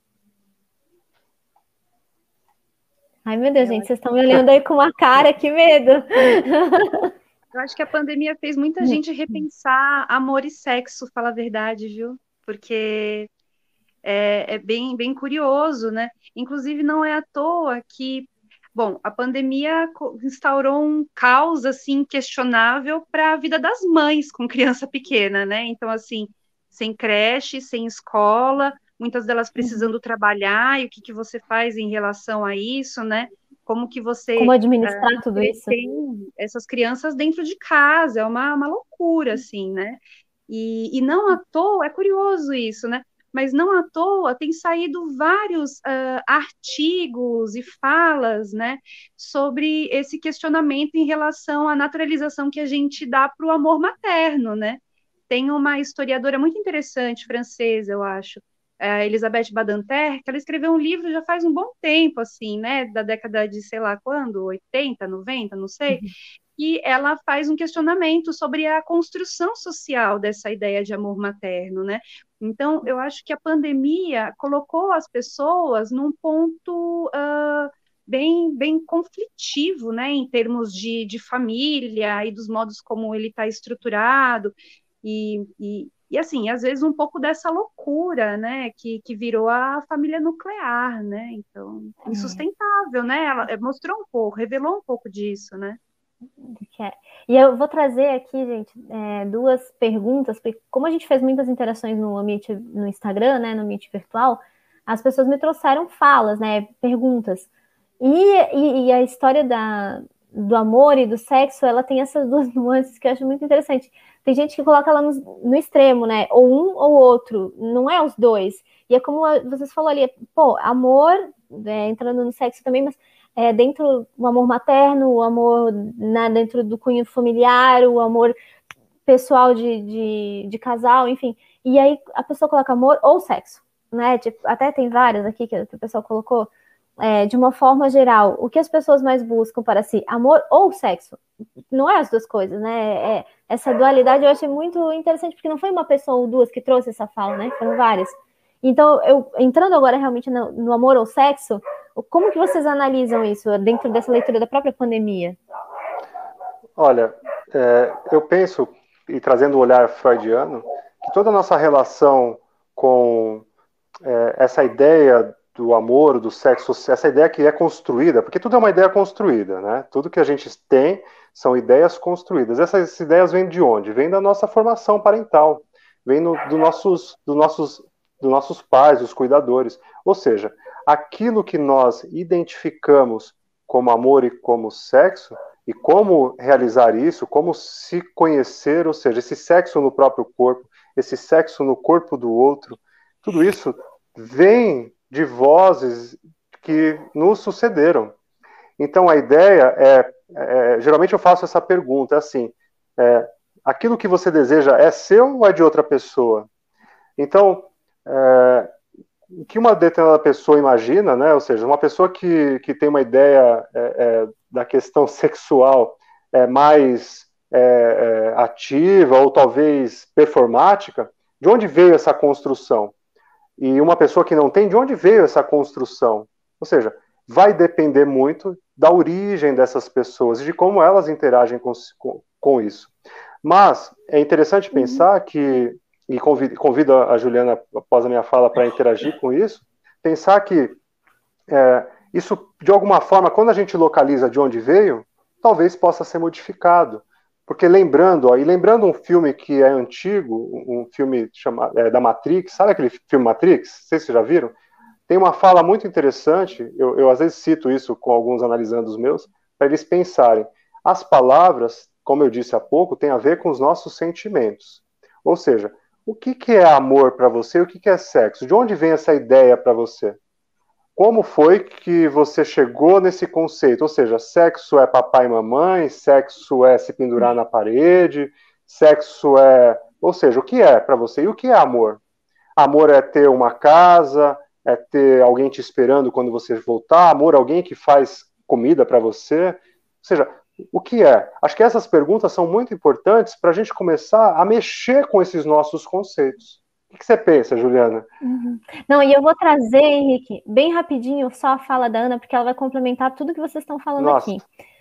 Ai, meu Deus, gente, vocês estão me olhando aí com uma cara, que medo! Eu acho que a pandemia fez muita gente repensar amor e sexo, fala a verdade, viu? Porque é bem, bem curioso, né? Inclusive, não é à toa que, bom, a pandemia instaurou um caos, assim, questionável para a vida das mães com criança pequena, né? Então, assim, sem creche, sem escola, muitas delas precisando trabalhar, e o que, que você faz em relação a isso, né? Como que você Como administrar tudo isso? tem essas crianças dentro de casa, é uma loucura, assim, né? E não à toa, é curioso isso, né? Mas não à toa tem saído vários artigos e falas, né, sobre esse questionamento em relação à naturalização que a gente dá para o amor materno, né? Tem uma historiadora muito interessante, francesa, eu acho, a Elisabeth Badinter, que ela escreveu um livro já faz um bom tempo, assim, né, da década de, sei lá quando, 80, 90, não sei, e ela faz um questionamento sobre a construção social dessa ideia de amor materno, né? Então, eu acho que a pandemia colocou as pessoas num ponto bem conflitivo, né, em termos de família e dos modos como ele está estruturado, e assim, às vezes um pouco dessa loucura, né, que virou a família nuclear, né? Então, insustentável, né? Ela mostrou um pouco, revelou um pouco disso, né? E eu vou trazer aqui, gente, duas perguntas, porque como a gente fez muitas interações no Meet, no Instagram, né, no Meet virtual, as pessoas me trouxeram falas, né, perguntas. E a história do amor e do sexo, ela tem essas duas nuances que eu acho muito interessante. Tem gente que coloca ela no extremo, né, ou um ou outro, não é os dois. E é como vocês falaram ali, pô, amor, entrando no sexo também, mas dentro do amor materno, o amor dentro do cunho familiar, o amor pessoal de casal, enfim. E aí a pessoa coloca amor ou sexo, né? Tipo, até tem várias aqui que o pessoal colocou. De uma forma geral, o que as pessoas mais buscam para si, amor ou sexo? Não é as duas coisas, né? Essa dualidade eu achei muito interessante, porque não foi uma pessoa ou duas que trouxe essa fala, né? Foram várias. Então, entrando agora realmente no amor ou sexo, como que vocês analisam isso dentro dessa leitura da própria pandemia? Olha, eu penso, e trazendo o olhar freudiano, que toda a nossa relação com essa ideia do amor, do sexo, essa ideia que é construída, porque tudo é uma ideia construída, né? Tudo que a gente tem são ideias construídas. Essas ideias vêm de onde? Vêm da nossa formação parental, vêm dos nossos pais, dos cuidadores. Ou seja, aquilo que nós identificamos como amor e como sexo, e como realizar isso, como se conhecer, ou seja, esse sexo no próprio corpo, esse sexo no corpo do outro, tudo isso vem de vozes que nos sucederam. Então a ideia geralmente eu faço essa pergunta, assim, aquilo que você deseja é seu ou é de outra pessoa? Então, o que uma determinada pessoa imagina, né, ou seja, uma pessoa que tem uma ideia da questão sexual mais ativa ou talvez performática, de onde veio essa construção? E uma pessoa que não tem, de onde veio essa construção? Ou seja, vai depender muito da origem dessas pessoas e de como elas interagem com isso. Mas é interessante pensar que, e convido a Juliana, após a minha fala, para interagir com isso, pensar que isso, de alguma forma, quando a gente localiza de onde veio, talvez possa ser modificado. Porque lembrando um filme que é antigo, um filme da Matrix, sabe aquele filme Matrix? Não sei se vocês já viram. Tem uma fala muito interessante, eu às vezes cito isso com alguns analisandos meus, para eles pensarem. As palavras, como eu disse há pouco, têm a ver com os nossos sentimentos. Ou seja, o que é amor para você e o que é sexo? De onde vem essa ideia para você? Como foi que você chegou nesse conceito? Ou seja, sexo é papai e mamãe, sexo é se pendurar na parede, sexo é... Ou seja, o que é para você? E o que é amor? Amor é ter uma casa, é ter alguém te esperando quando você voltar, amor é alguém que faz comida para você. Ou seja, o que é? Acho que essas perguntas são muito importantes para a gente começar a mexer com esses nossos conceitos. O que você pensa, Juliana? Não, e eu vou trazer, Henrique, bem rapidinho, só a fala da Ana, porque ela vai complementar tudo que vocês estão falando aqui.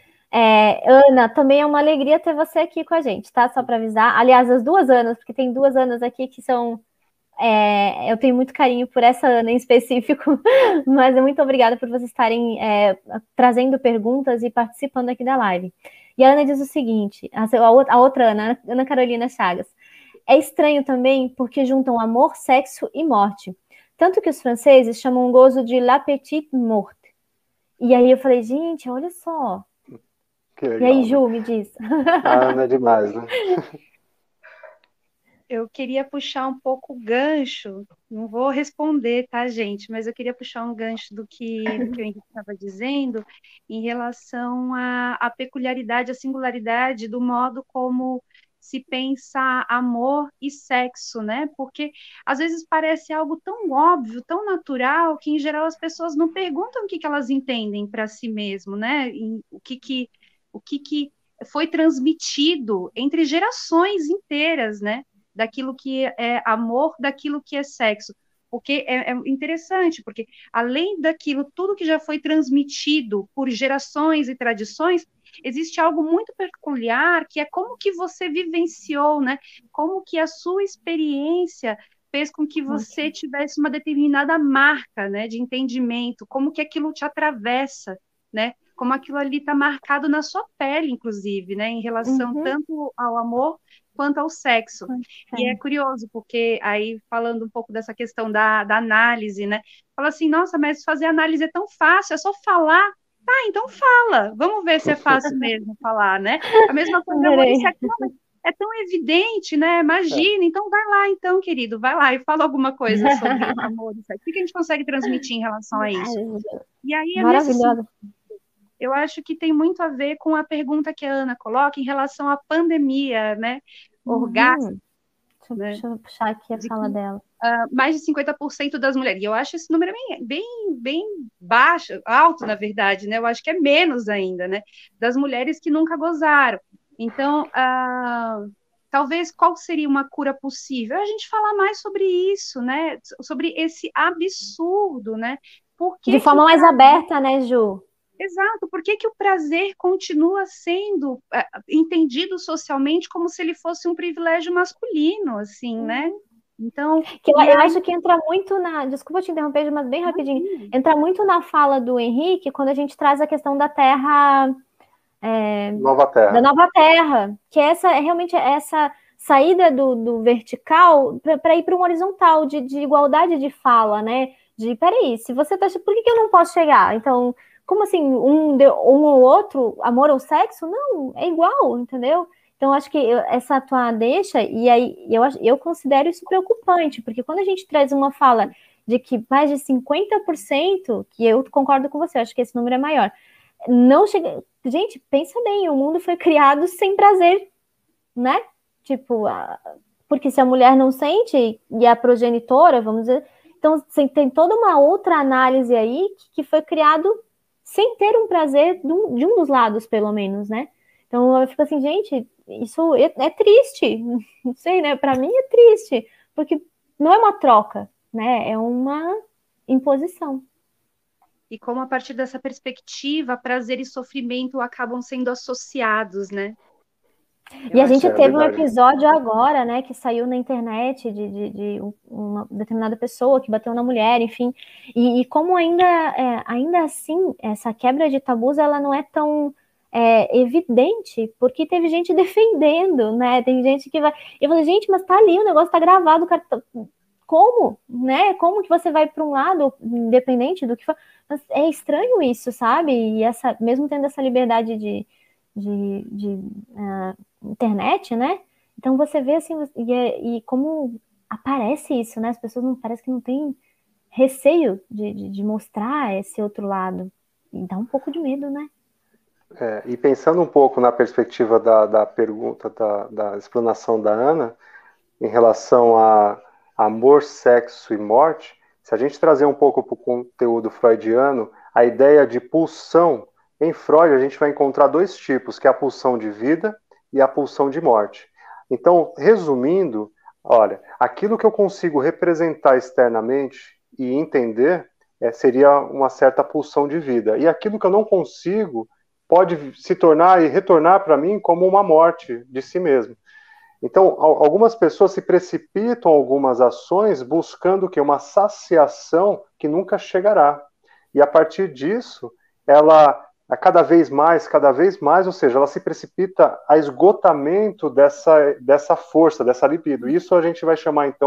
Ana, também é uma alegria ter você aqui com a gente, tá? Só para avisar. Aliás, as duas Anas, porque tem duas Anas aqui que são... eu tenho muito carinho por essa Ana em específico, mas muito obrigada por vocês estarem trazendo perguntas e participando aqui da live. E a Ana diz o seguinte, a outra Ana, Ana Carolina Chagas, é estranho também porque juntam amor, sexo e morte. Tanto que os franceses chamam o gozo de la petite mort. E aí eu falei, gente, olha só. Que legal, e aí, né? Ju, me diz. A Ana é demais, né? Eu queria puxar um pouco o gancho, não vou responder, tá, gente? Mas eu queria puxar um gancho do que o Henrique estava dizendo em relação à peculiaridade, à singularidade do modo como se pensa amor e sexo, né? Porque às vezes parece algo tão óbvio, tão natural, que em geral as pessoas não perguntam o que elas entendem para si mesmo, né? O que foi transmitido entre gerações inteiras, né? Daquilo que é amor, daquilo que é sexo. Porque é interessante, porque além daquilo, tudo que já foi transmitido por gerações e tradições, existe algo muito peculiar, que é como que você vivenciou, né? Como que a sua experiência fez com que você tivesse uma determinada marca, né, de entendimento, como que aquilo te atravessa, né? Como aquilo ali está marcado na sua pele, inclusive, né, em relação tanto ao amor quanto ao sexo. E é curioso, porque aí, falando um pouco dessa questão da análise, né, fala assim, nossa, mas fazer análise é tão fácil, é só falar. Tá, então fala, vamos ver se é fácil mesmo falar, né? A mesma coisa, amor e sexo, não, mas é tão evidente, né? Imagina, então vai lá, então, querido, vai lá e fala alguma coisa sobre amor e sexo. O que a gente consegue transmitir em relação a isso? E aí, Maravilhosa. eu acho que tem muito a ver com a pergunta que a Ana coloca em relação à pandemia, né? Orgástica. Deixa eu puxar aqui a fala dela. Mais de 50% das mulheres. E eu acho esse número bem baixo, alto, na verdade, né? Eu acho que é menos ainda, né? Das mulheres que nunca gozaram. Então, talvez qual seria uma cura possível? A gente falar mais sobre isso, né? Sobre esse absurdo, né? De forma mais aberta, né, Ju? Exato, por que o prazer continua sendo entendido socialmente como se ele fosse um privilégio masculino, assim, né? Então, eu acho que entra muito na... Desculpa te interromper, mas bem rapidinho. Entra muito na fala do Henrique, quando a gente traz a questão da Terra... Nova Terra. Da Nova Terra, que é realmente essa saída do vertical para ir para um horizontal, de igualdade de fala, né? Peraí, se você tá... Por que eu não posso chegar? Então... Como assim, um ou outro, amor ou sexo? Não, é igual, entendeu? Então, acho que essa tua deixa, e aí eu considero isso preocupante, porque quando a gente traz uma fala de que mais de 50%, que eu concordo com você, acho que esse número é maior, não chega... Gente, pensa bem, o mundo foi criado sem prazer, né? Tipo, porque se a mulher não sente, e a progenitora, vamos dizer... Então, tem toda uma outra análise aí que foi criado sem ter um prazer de um dos lados, pelo menos, né? Então eu fico assim, gente, isso é triste, não sei, né? Para mim é triste, porque não é uma troca, né? É uma imposição. E como a partir dessa perspectiva, prazer e sofrimento acabam sendo associados, né? E a gente teve um episódio agora, né, que saiu na internet de uma determinada pessoa que bateu na mulher, enfim, e como ainda assim, essa quebra de tabus, ela não é tão evidente, porque teve gente defendendo, né, tem gente que vai... Eu falei, gente, mas tá ali, o negócio tá gravado, cara, como, né, como que você vai para um lado, independente do que for, mas é estranho isso, sabe, e mesmo tendo essa liberdade de internet, né? Então você vê assim, e como aparece isso, né? As pessoas não parece que não têm receio de mostrar esse outro lado. E dá um pouco de medo, né? E pensando um pouco na perspectiva da pergunta, da explanação da Ana, em relação a amor, sexo e morte, se a gente trazer um pouco para o conteúdo freudiano, a ideia de pulsão, em Freud a gente vai encontrar dois tipos, que é a pulsão de vida e a pulsão de morte. Então, resumindo, olha, aquilo que eu consigo representar externamente e entender seria uma certa pulsão de vida. E aquilo que eu não consigo pode se tornar e retornar para mim como uma morte de si mesmo. Então, algumas pessoas se precipitam em algumas ações buscando que uma saciação que nunca chegará. E a partir disso, ela cada vez mais, ou seja, ela se precipita a esgotamento dessa força, dessa libido. Isso a gente vai chamar, então,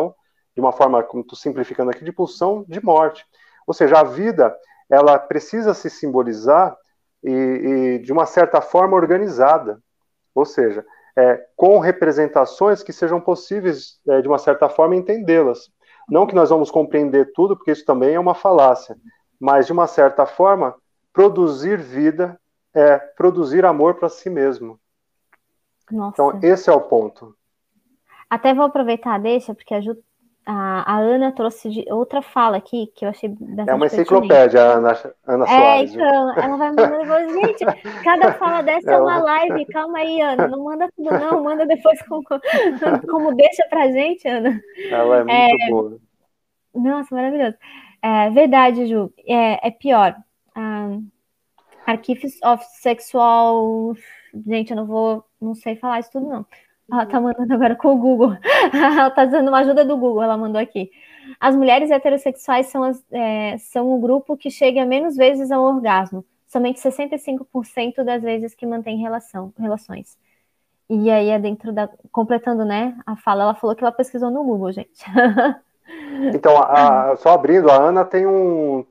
de uma forma, como estou simplificando aqui, de pulsão de morte. Ou seja, a vida, ela precisa se simbolizar e de uma certa forma organizada. Ou seja, com representações que sejam possíveis, de uma certa forma, entendê-las. Não que nós vamos compreender tudo, porque isso também é uma falácia, mas, de uma certa forma, produzir vida é produzir amor para si mesmo. Nossa. Então, esse é o ponto. Até vou aproveitar, deixa, porque a Ana trouxe outra fala aqui, que eu achei bastante É uma pertinente. enciclopédia, a Ana Soares. Então, ela vai mandando depois, gente, cada fala dessa é uma live, calma aí, Ana, não manda tudo não, manda depois como deixa pra gente, Ana. Ela é muito boa. Nossa, maravilhoso. Verdade, Ju, é pior. Arquivos of sexual... Gente, eu não sei falar isso tudo, não. Ela tá mandando agora com o Google. Ela tá dando uma ajuda do Google, ela mandou aqui. As mulheres heterossexuais são o grupo que chega menos vezes ao orgasmo. Somente 65% das vezes que mantém relações. E aí completando, né, a fala, ela falou que ela pesquisou no Google, gente. Então, só abrindo, a Ana tem um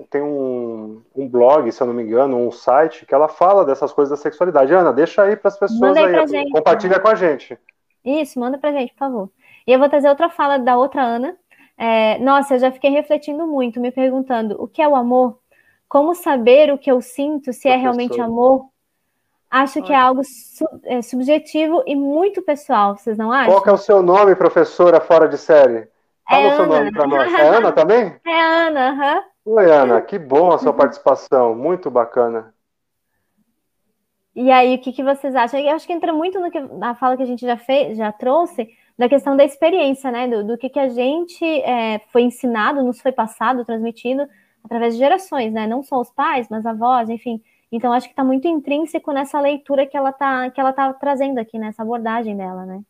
blog, se eu não me engano, um site, que ela fala dessas coisas da sexualidade. Ana, deixa aí para as pessoas aí, compartilha com a gente. Isso, manda pra gente, por favor. E eu vou trazer outra fala da outra Ana. Nossa, eu já fiquei refletindo muito, me perguntando, o que é o amor? Como saber o que eu sinto, se é realmente amor? Acho que é algo subjetivo e muito pessoal, vocês não acham? Qual que é o seu nome, professora fora de série? Fala o seu nome para nós. É Ana também? É Ana, aham. Oi, Ana, que bom a sua participação, muito bacana. E aí, o que vocês acham? Eu acho que entra muito na fala que a gente já trouxe, da questão da experiência, né? Do que a gente foi ensinado, nos foi passado, transmitido através de gerações, né? Não só os pais, mas avós, enfim. Então, acho que está muito intrínseco nessa leitura que ela tá trazendo aqui, nessa abordagem dela, né?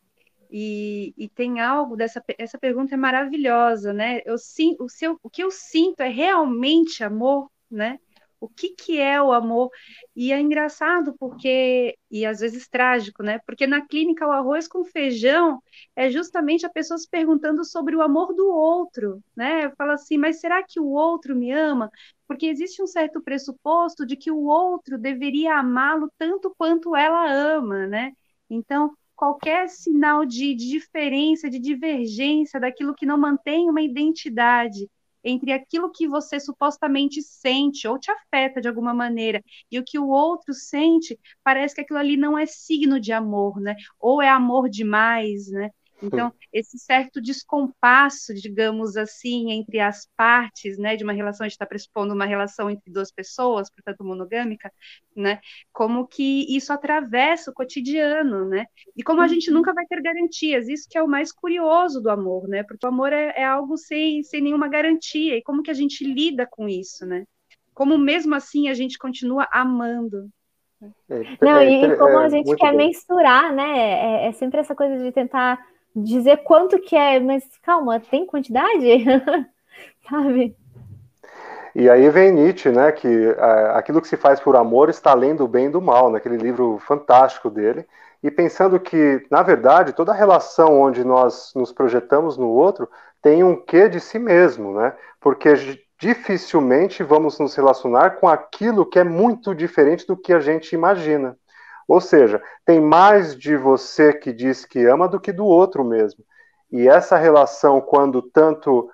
E tem algo essa pergunta é maravilhosa, né? O que eu sinto é realmente amor, né? O que é o amor? E é engraçado e às vezes trágico, né? Porque na clínica o arroz com feijão é justamente a pessoa se perguntando sobre o amor do outro, né? Fala assim, mas será que o outro me ama? Porque existe um certo pressuposto de que o outro deveria amá-lo tanto quanto ela ama, né? Então, qualquer sinal de diferença, de divergência daquilo que não mantém uma identidade entre aquilo que você supostamente sente ou te afeta de alguma maneira e o que o outro sente, parece que aquilo ali não é signo de amor, né? Ou é amor demais, né? Então, esse certo descompasso, digamos assim, entre as partes, né, de uma relação, a gente está pressupondo uma relação entre duas pessoas, portanto, monogâmica, né, como que isso atravessa o cotidiano, né, e como a gente nunca vai ter garantias, isso que é o mais curioso do amor, né, porque o amor é algo sem nenhuma garantia, e como que a gente lida com isso, né, como mesmo assim a gente continua amando. Não, e como a gente quer mensurar, né, é sempre essa coisa de tentar dizer quanto que é, mas calma, tem quantidade? Sabe? E aí vem Nietzsche, né, que aquilo que se faz por amor está além do bem e do mal, naquele livro fantástico dele, e pensando que, na verdade, toda relação onde nós nos projetamos no outro tem um quê de si mesmo, né, porque dificilmente vamos nos relacionar com aquilo que é muito diferente do que a gente imagina. Ou seja, tem mais de você que diz que ama do que do outro mesmo. E essa relação, quando tanto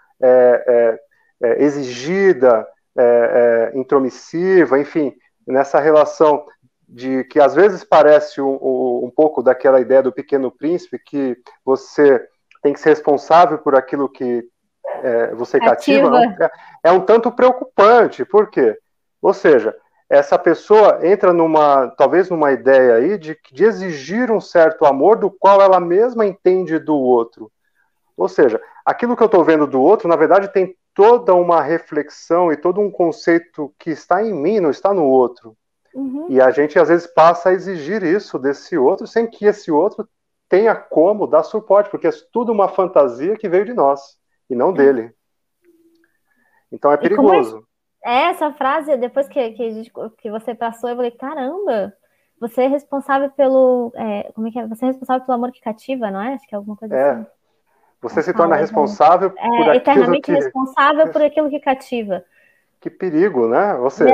exigida, intromissiva, enfim, nessa relação de que às vezes parece um pouco daquela ideia do Pequeno Príncipe, que você tem que ser responsável por aquilo que você cativa, é um tanto preocupante. Por quê? Ou seja, essa pessoa entra talvez numa ideia aí de exigir um certo amor do qual ela mesma entende do outro. Ou seja, aquilo que eu estou vendo do outro, na verdade, tem toda uma reflexão e todo um conceito que está em mim, não está no outro. Uhum. E a gente, às vezes, passa a exigir isso desse outro, sem que esse outro tenha como dar suporte, porque é tudo uma fantasia que veio de nós, e não dele. Então é perigoso. Essa frase, depois que você passou, eu falei, caramba, você é responsável pelo... como é que é? Você é responsável pelo amor que cativa, não é? Acho que é alguma coisa assim. Você se torna responsável por aquilo eternamente responsável por aquilo que cativa. Que perigo, né? Ou seja,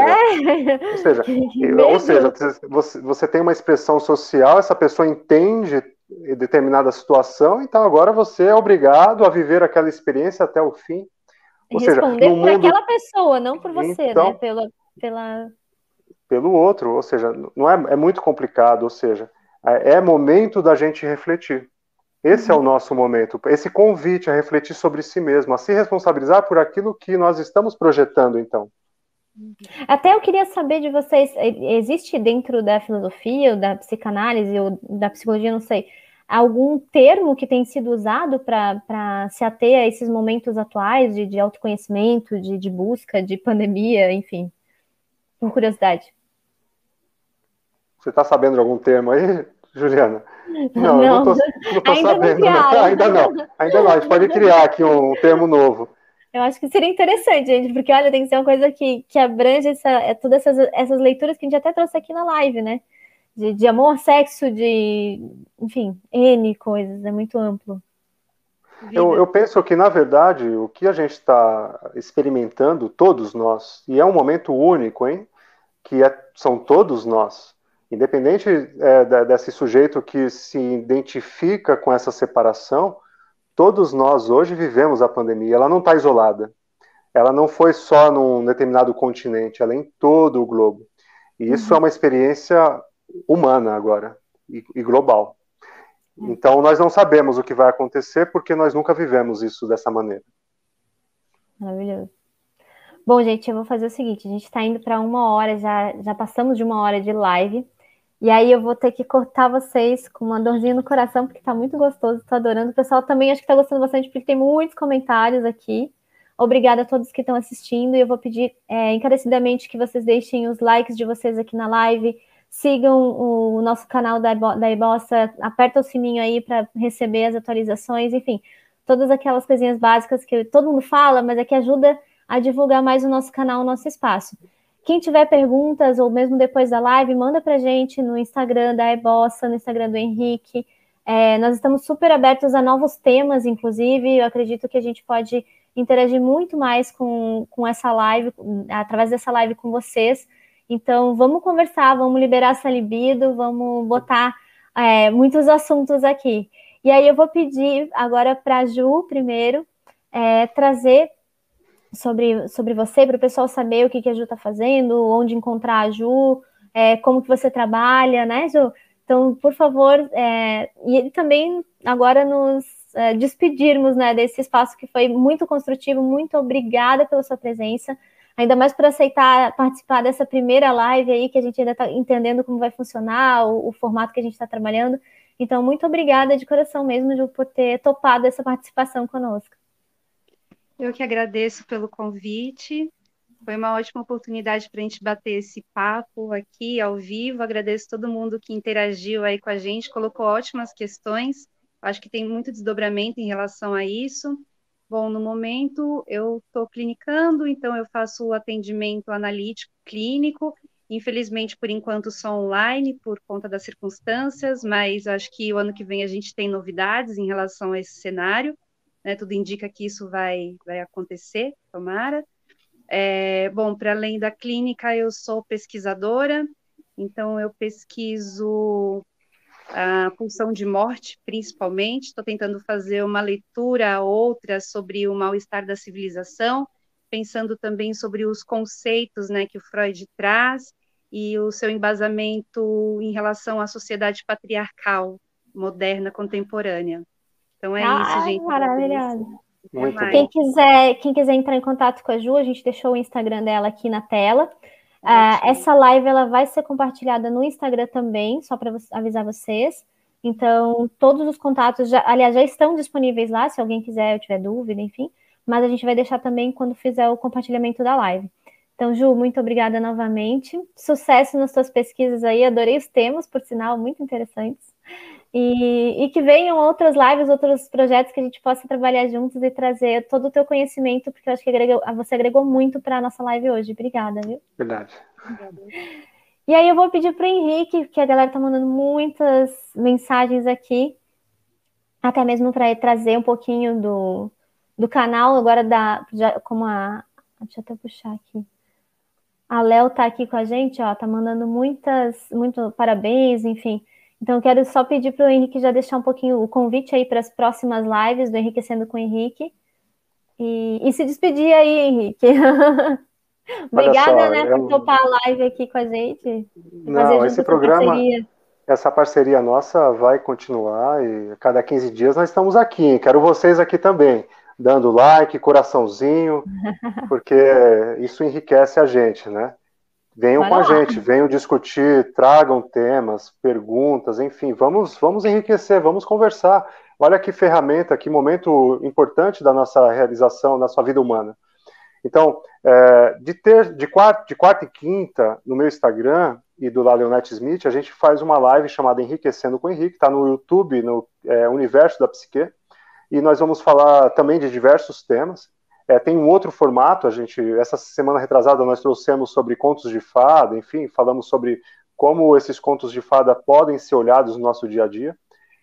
você tem uma expressão social, essa pessoa entende determinada situação, então agora você é obrigado a viver aquela experiência até o fim. Ou responder seja, por aquela pessoa, não por você, então, né? Pelo outro, ou seja, não é muito complicado, ou seja, é momento da gente refletir. Esse é o nosso momento, esse convite a refletir sobre si mesmo, a se responsabilizar por aquilo que nós estamos projetando, então. Até eu queria saber de vocês, existe dentro da filosofia, ou da psicanálise, ou da psicologia, não sei, algum termo que tem sido usado para se ater a esses momentos atuais de autoconhecimento, de busca, de pandemia, enfim? Com curiosidade. Você está sabendo de algum termo aí, Juliana? Não, eu não tô sabendo. Ainda não. A gente pode criar aqui um termo novo. Eu acho que seria interessante, gente, porque, olha, tem que ser uma coisa que abrange todas essas leituras que a gente até trouxe aqui na live, né? De amor, sexo, enfim, N coisas, é muito amplo. Eu penso que, na verdade, o que a gente está experimentando, todos nós, e é um momento único, hein? São todos nós. Independente desse sujeito que se identifica com essa separação, todos nós hoje vivemos a pandemia. Ela não está isolada. Ela não foi só num determinado continente, ela é em todo o globo. E isso é uma experiência humana agora e global. Então, nós não sabemos o que vai acontecer porque nós nunca vivemos isso dessa maneira. Maravilhoso. Bom, gente, eu vou fazer o seguinte, a gente está indo para 1 hora, já passamos de 1 hora de live, e aí eu vou ter que cortar vocês com uma dorzinha no coração, porque está muito gostoso, estou adorando. O pessoal também acho que está gostando bastante, porque tem muitos comentários aqui. Obrigada a todos que estão assistindo, e eu vou pedir encarecidamente que vocês deixem os likes de vocês aqui na live, sigam o nosso canal da Ebossa, aperta o sininho aí para receber as atualizações, enfim, todas aquelas coisinhas básicas que todo mundo fala, mas é que ajuda a divulgar mais o nosso canal, o nosso espaço. Quem tiver perguntas, ou mesmo depois da live, manda pra gente no Instagram da Ebossa, no Instagram do Henrique. Nós estamos super abertos a novos temas, inclusive, eu acredito que a gente pode interagir muito mais com essa live, através dessa live com vocês. Então, vamos conversar, vamos liberar essa libido, vamos botar muitos assuntos aqui. E aí eu vou pedir agora para a Ju, primeiro, trazer sobre você, para o pessoal saber o que a Ju está fazendo, onde encontrar a Ju, como que você trabalha, né, Ju? Então, por favor, e também agora nos despedirmos, né, desse espaço que foi muito construtivo. Muito obrigada pela sua presença, ainda mais por aceitar participar dessa primeira live aí, que a gente ainda está entendendo como vai funcionar, o formato que a gente está trabalhando. Então, muito obrigada de coração mesmo, Ju, por ter topado essa participação conosco. Eu que agradeço pelo convite. Foi uma ótima oportunidade para a gente bater esse papo aqui ao vivo. Agradeço todo mundo que interagiu aí com a gente, colocou ótimas questões. Acho que tem muito desdobramento em relação a isso. Bom, no momento eu estou clinicando, então eu faço o atendimento analítico clínico. Infelizmente, por enquanto, só online, por conta das circunstâncias, mas acho que o ano que vem a gente tem novidades em relação a esse cenário. Né, tudo indica que isso vai acontecer, tomara. Bom, para além da clínica, eu sou pesquisadora, então eu pesquiso a pulsão de morte, principalmente. Estou tentando fazer uma leitura outra sobre o mal-estar da civilização, pensando também sobre os conceitos, né, que o Freud traz e o seu embasamento em relação à sociedade patriarcal moderna, contemporânea. Então isso, gente. Maravilhoso. Muito bom. Quem quiser entrar em contato com a Ju, a gente deixou o Instagram dela aqui na tela. Essa live ela vai ser compartilhada no Instagram também, só para avisar vocês. Então, todos os contatos, já estão disponíveis lá, se alguém quiser ou tiver dúvida, enfim. Mas a gente vai deixar também quando fizer o compartilhamento da live. Então, Ju, muito obrigada novamente. Sucesso nas suas pesquisas aí, adorei os temas, por sinal, muito interessantes. E que venham outras lives, outros projetos que a gente possa trabalhar juntos e trazer todo o teu conhecimento, porque eu acho que você agregou muito para a nossa live hoje. Obrigada, viu? Verdade. E aí eu vou pedir para o Henrique, que a galera está mandando muitas mensagens aqui. até mesmo para trazer um pouquinho do canal, agora deixa eu até puxar aqui. A Léo tá aqui com a gente, ó, tá mandando muito parabéns, enfim. Então, eu quero só pedir para o Henrique já deixar um pouquinho o convite aí para as próximas lives do Enriquecendo com o Henrique. E se despedir aí, Henrique. Obrigada, Olha né, só, por topar a live aqui com a gente e fazer não, junto esse essa programa, parceria. essa parceria nossa vai continuar e a cada 15 dias nós estamos aqui, hein? Quero vocês aqui também, dando like, coraçãozinho, porque isso enriquece a gente, né? Venham com Bora a lá. gente, venham discutir, tragam temas, perguntas, enfim, vamos enriquecer, vamos conversar. Olha que ferramenta, que momento importante da nossa realização, na sua vida humana. Então, de quarta e quinta, no meu Instagram e do lá Leonete Smith, a gente faz uma live chamada Enriquecendo com o Henrique, está no YouTube, no Universo da Psique, e nós vamos falar também de diversos temas. Tem um outro formato, essa semana retrasada nós trouxemos sobre contos de fada, enfim, falamos sobre como esses contos de fada podem ser olhados no nosso dia a dia,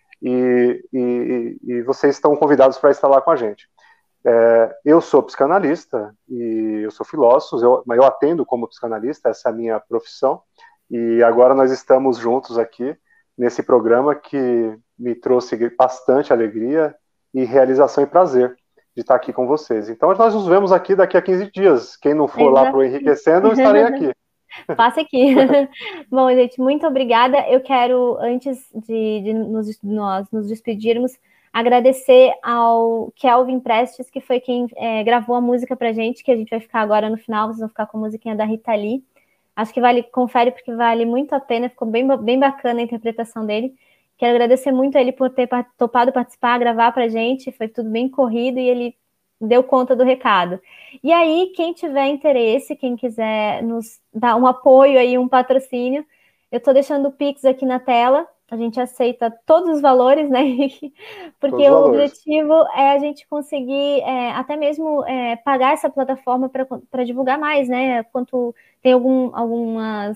e vocês estão convidados para estar lá com a gente. Eu sou psicanalista e eu sou filósofo, mas eu atendo como psicanalista, essa é a minha profissão, e agora nós estamos juntos aqui nesse programa que me trouxe bastante alegria e realização e prazer de estar aqui com vocês. Então nós nos vemos aqui daqui a 15 dias. Quem não for lá para o Enriquecendo, eu estarei aqui. Passa aqui. Bom, gente, muito obrigada. Eu quero, antes de nós nos despedirmos, agradecer ao Kelvin Prestes, que foi quem gravou a música pra gente, que a gente vai ficar agora no final, vocês vão ficar com a musiquinha da Rita Lee. Acho que confere porque vale muito a pena, ficou bem bacana a interpretação dele. Quero agradecer muito a ele por ter topado participar, gravar pra gente, foi tudo bem corrido e ele deu conta do recado. E aí, quem tiver interesse, quem quiser nos dar um apoio aí, um patrocínio, eu tô deixando o Pix aqui na tela, a gente aceita todos os valores, né? Porque o objetivo é a gente conseguir até mesmo pagar essa plataforma para divulgar mais, né? Quanto tem algumas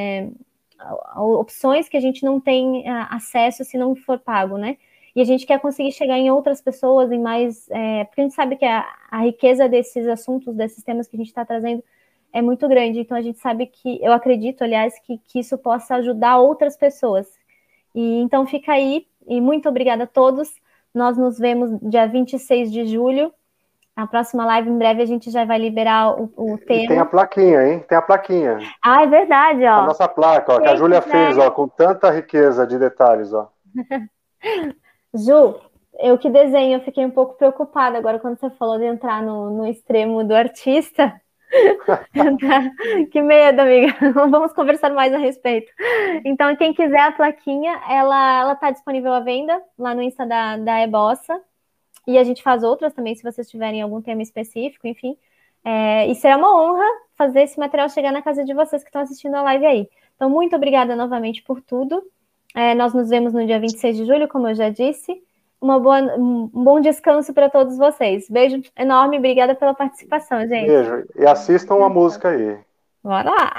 opções que a gente não tem acesso se não for pago, né? E a gente quer conseguir chegar em outras pessoas, em mais... porque a gente sabe que a riqueza desses assuntos, desses temas que a gente está trazendo é muito grande. Então, a gente sabe eu acredito, aliás, que isso possa ajudar outras pessoas. E então, fica aí. E muito obrigada a todos. Nós nos vemos dia 26 de julho. A próxima live, em breve, a gente já vai liberar o tema. E tem a plaquinha, hein? Tem a plaquinha. Ah, é verdade, ó. A nossa placa, ó, que a Júlia fez, ó, com tanta riqueza de detalhes, ó. Ju, eu que desenho, eu fiquei um pouco preocupada agora quando você falou de entrar no extremo do artista. Que medo, amiga. Vamos conversar mais a respeito. Então, quem quiser a plaquinha, ela tá disponível à venda lá no Insta da Ebossa. E a gente faz outras também, se vocês tiverem algum tema específico, enfim. E será uma honra fazer esse material chegar na casa de vocês que estão assistindo a live aí. Então, muito obrigada novamente por tudo. Nós nos vemos no dia 26 de julho, como eu já disse. Um bom descanso para todos vocês. Beijo enorme, obrigada pela participação, gente. Beijo. E assistam a música aí. Bora lá!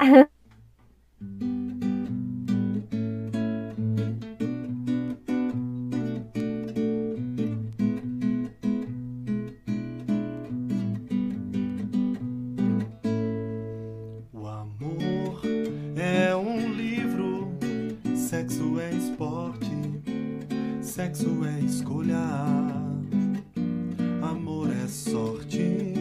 O amor é um livro, sexo é esporte. Sexo é escolha, amor é sorte.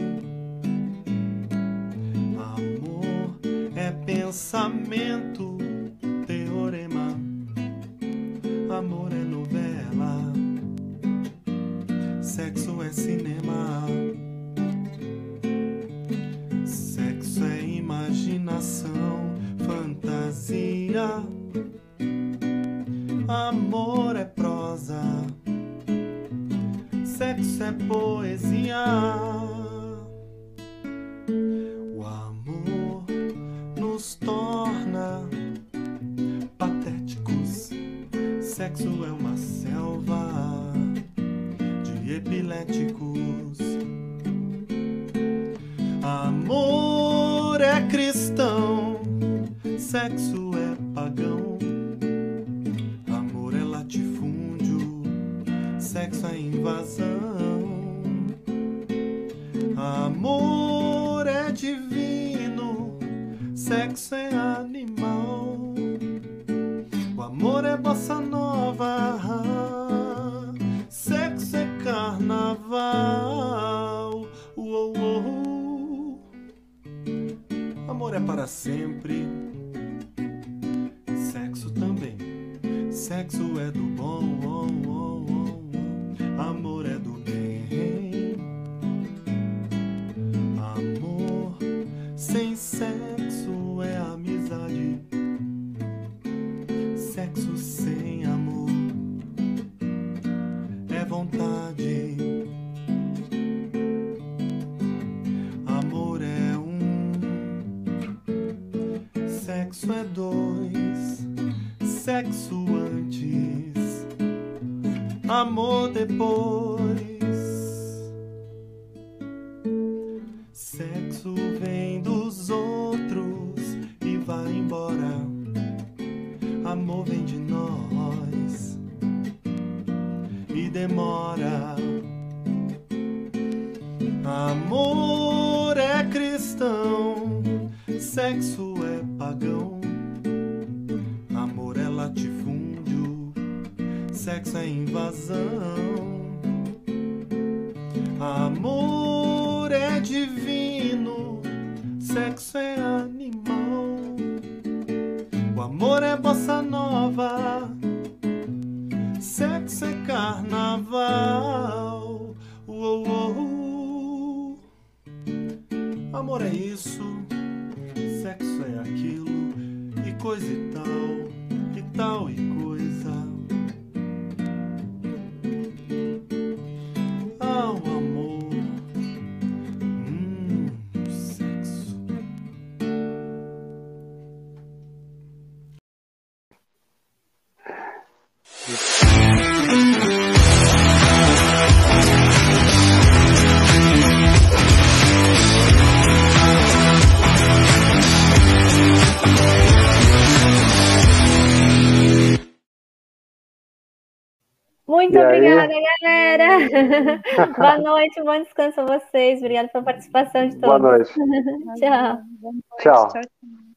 Amor é pensamento, teorema. Amor é novela, sexo é cinema. Sexo é imaginação, fantasia. Amor é prosa, sexo é poesia. O amor nos torna patéticos. Sexo é uma selva de epiléticos. Amor é cristão, sexo é pagão. sexo é invasão. Amor é divino, sexo é animal. O amor é bossa nova, sexo é carnaval. Uou, uou. Amor é para sempre, sexo também. Sexo é do bom, amor é do bem. Amor sem sexo é amizade. Sexo sem amor é vontade. Amor é um, sexo é dois. Sexo antes, amor depois. Sexo vem dos outros e vai embora. Amor vem de nós e demora. Amor é cristão, sexo é pagão. Amor é latifúndio, sexo é invasão. Amor é divino, sexo é animal. O amor é bossa nova, sexo é carnaval. Uou, uou. Amor é isso, sexo é aquilo, e coisa e tal e coisa. Ah, o amor, sexo. Muito obrigada, galera. Boa noite, bom descanso a vocês. Obrigada pela participação de todos. Boa noite. Tchau. Boa noite, Tchau. tchau.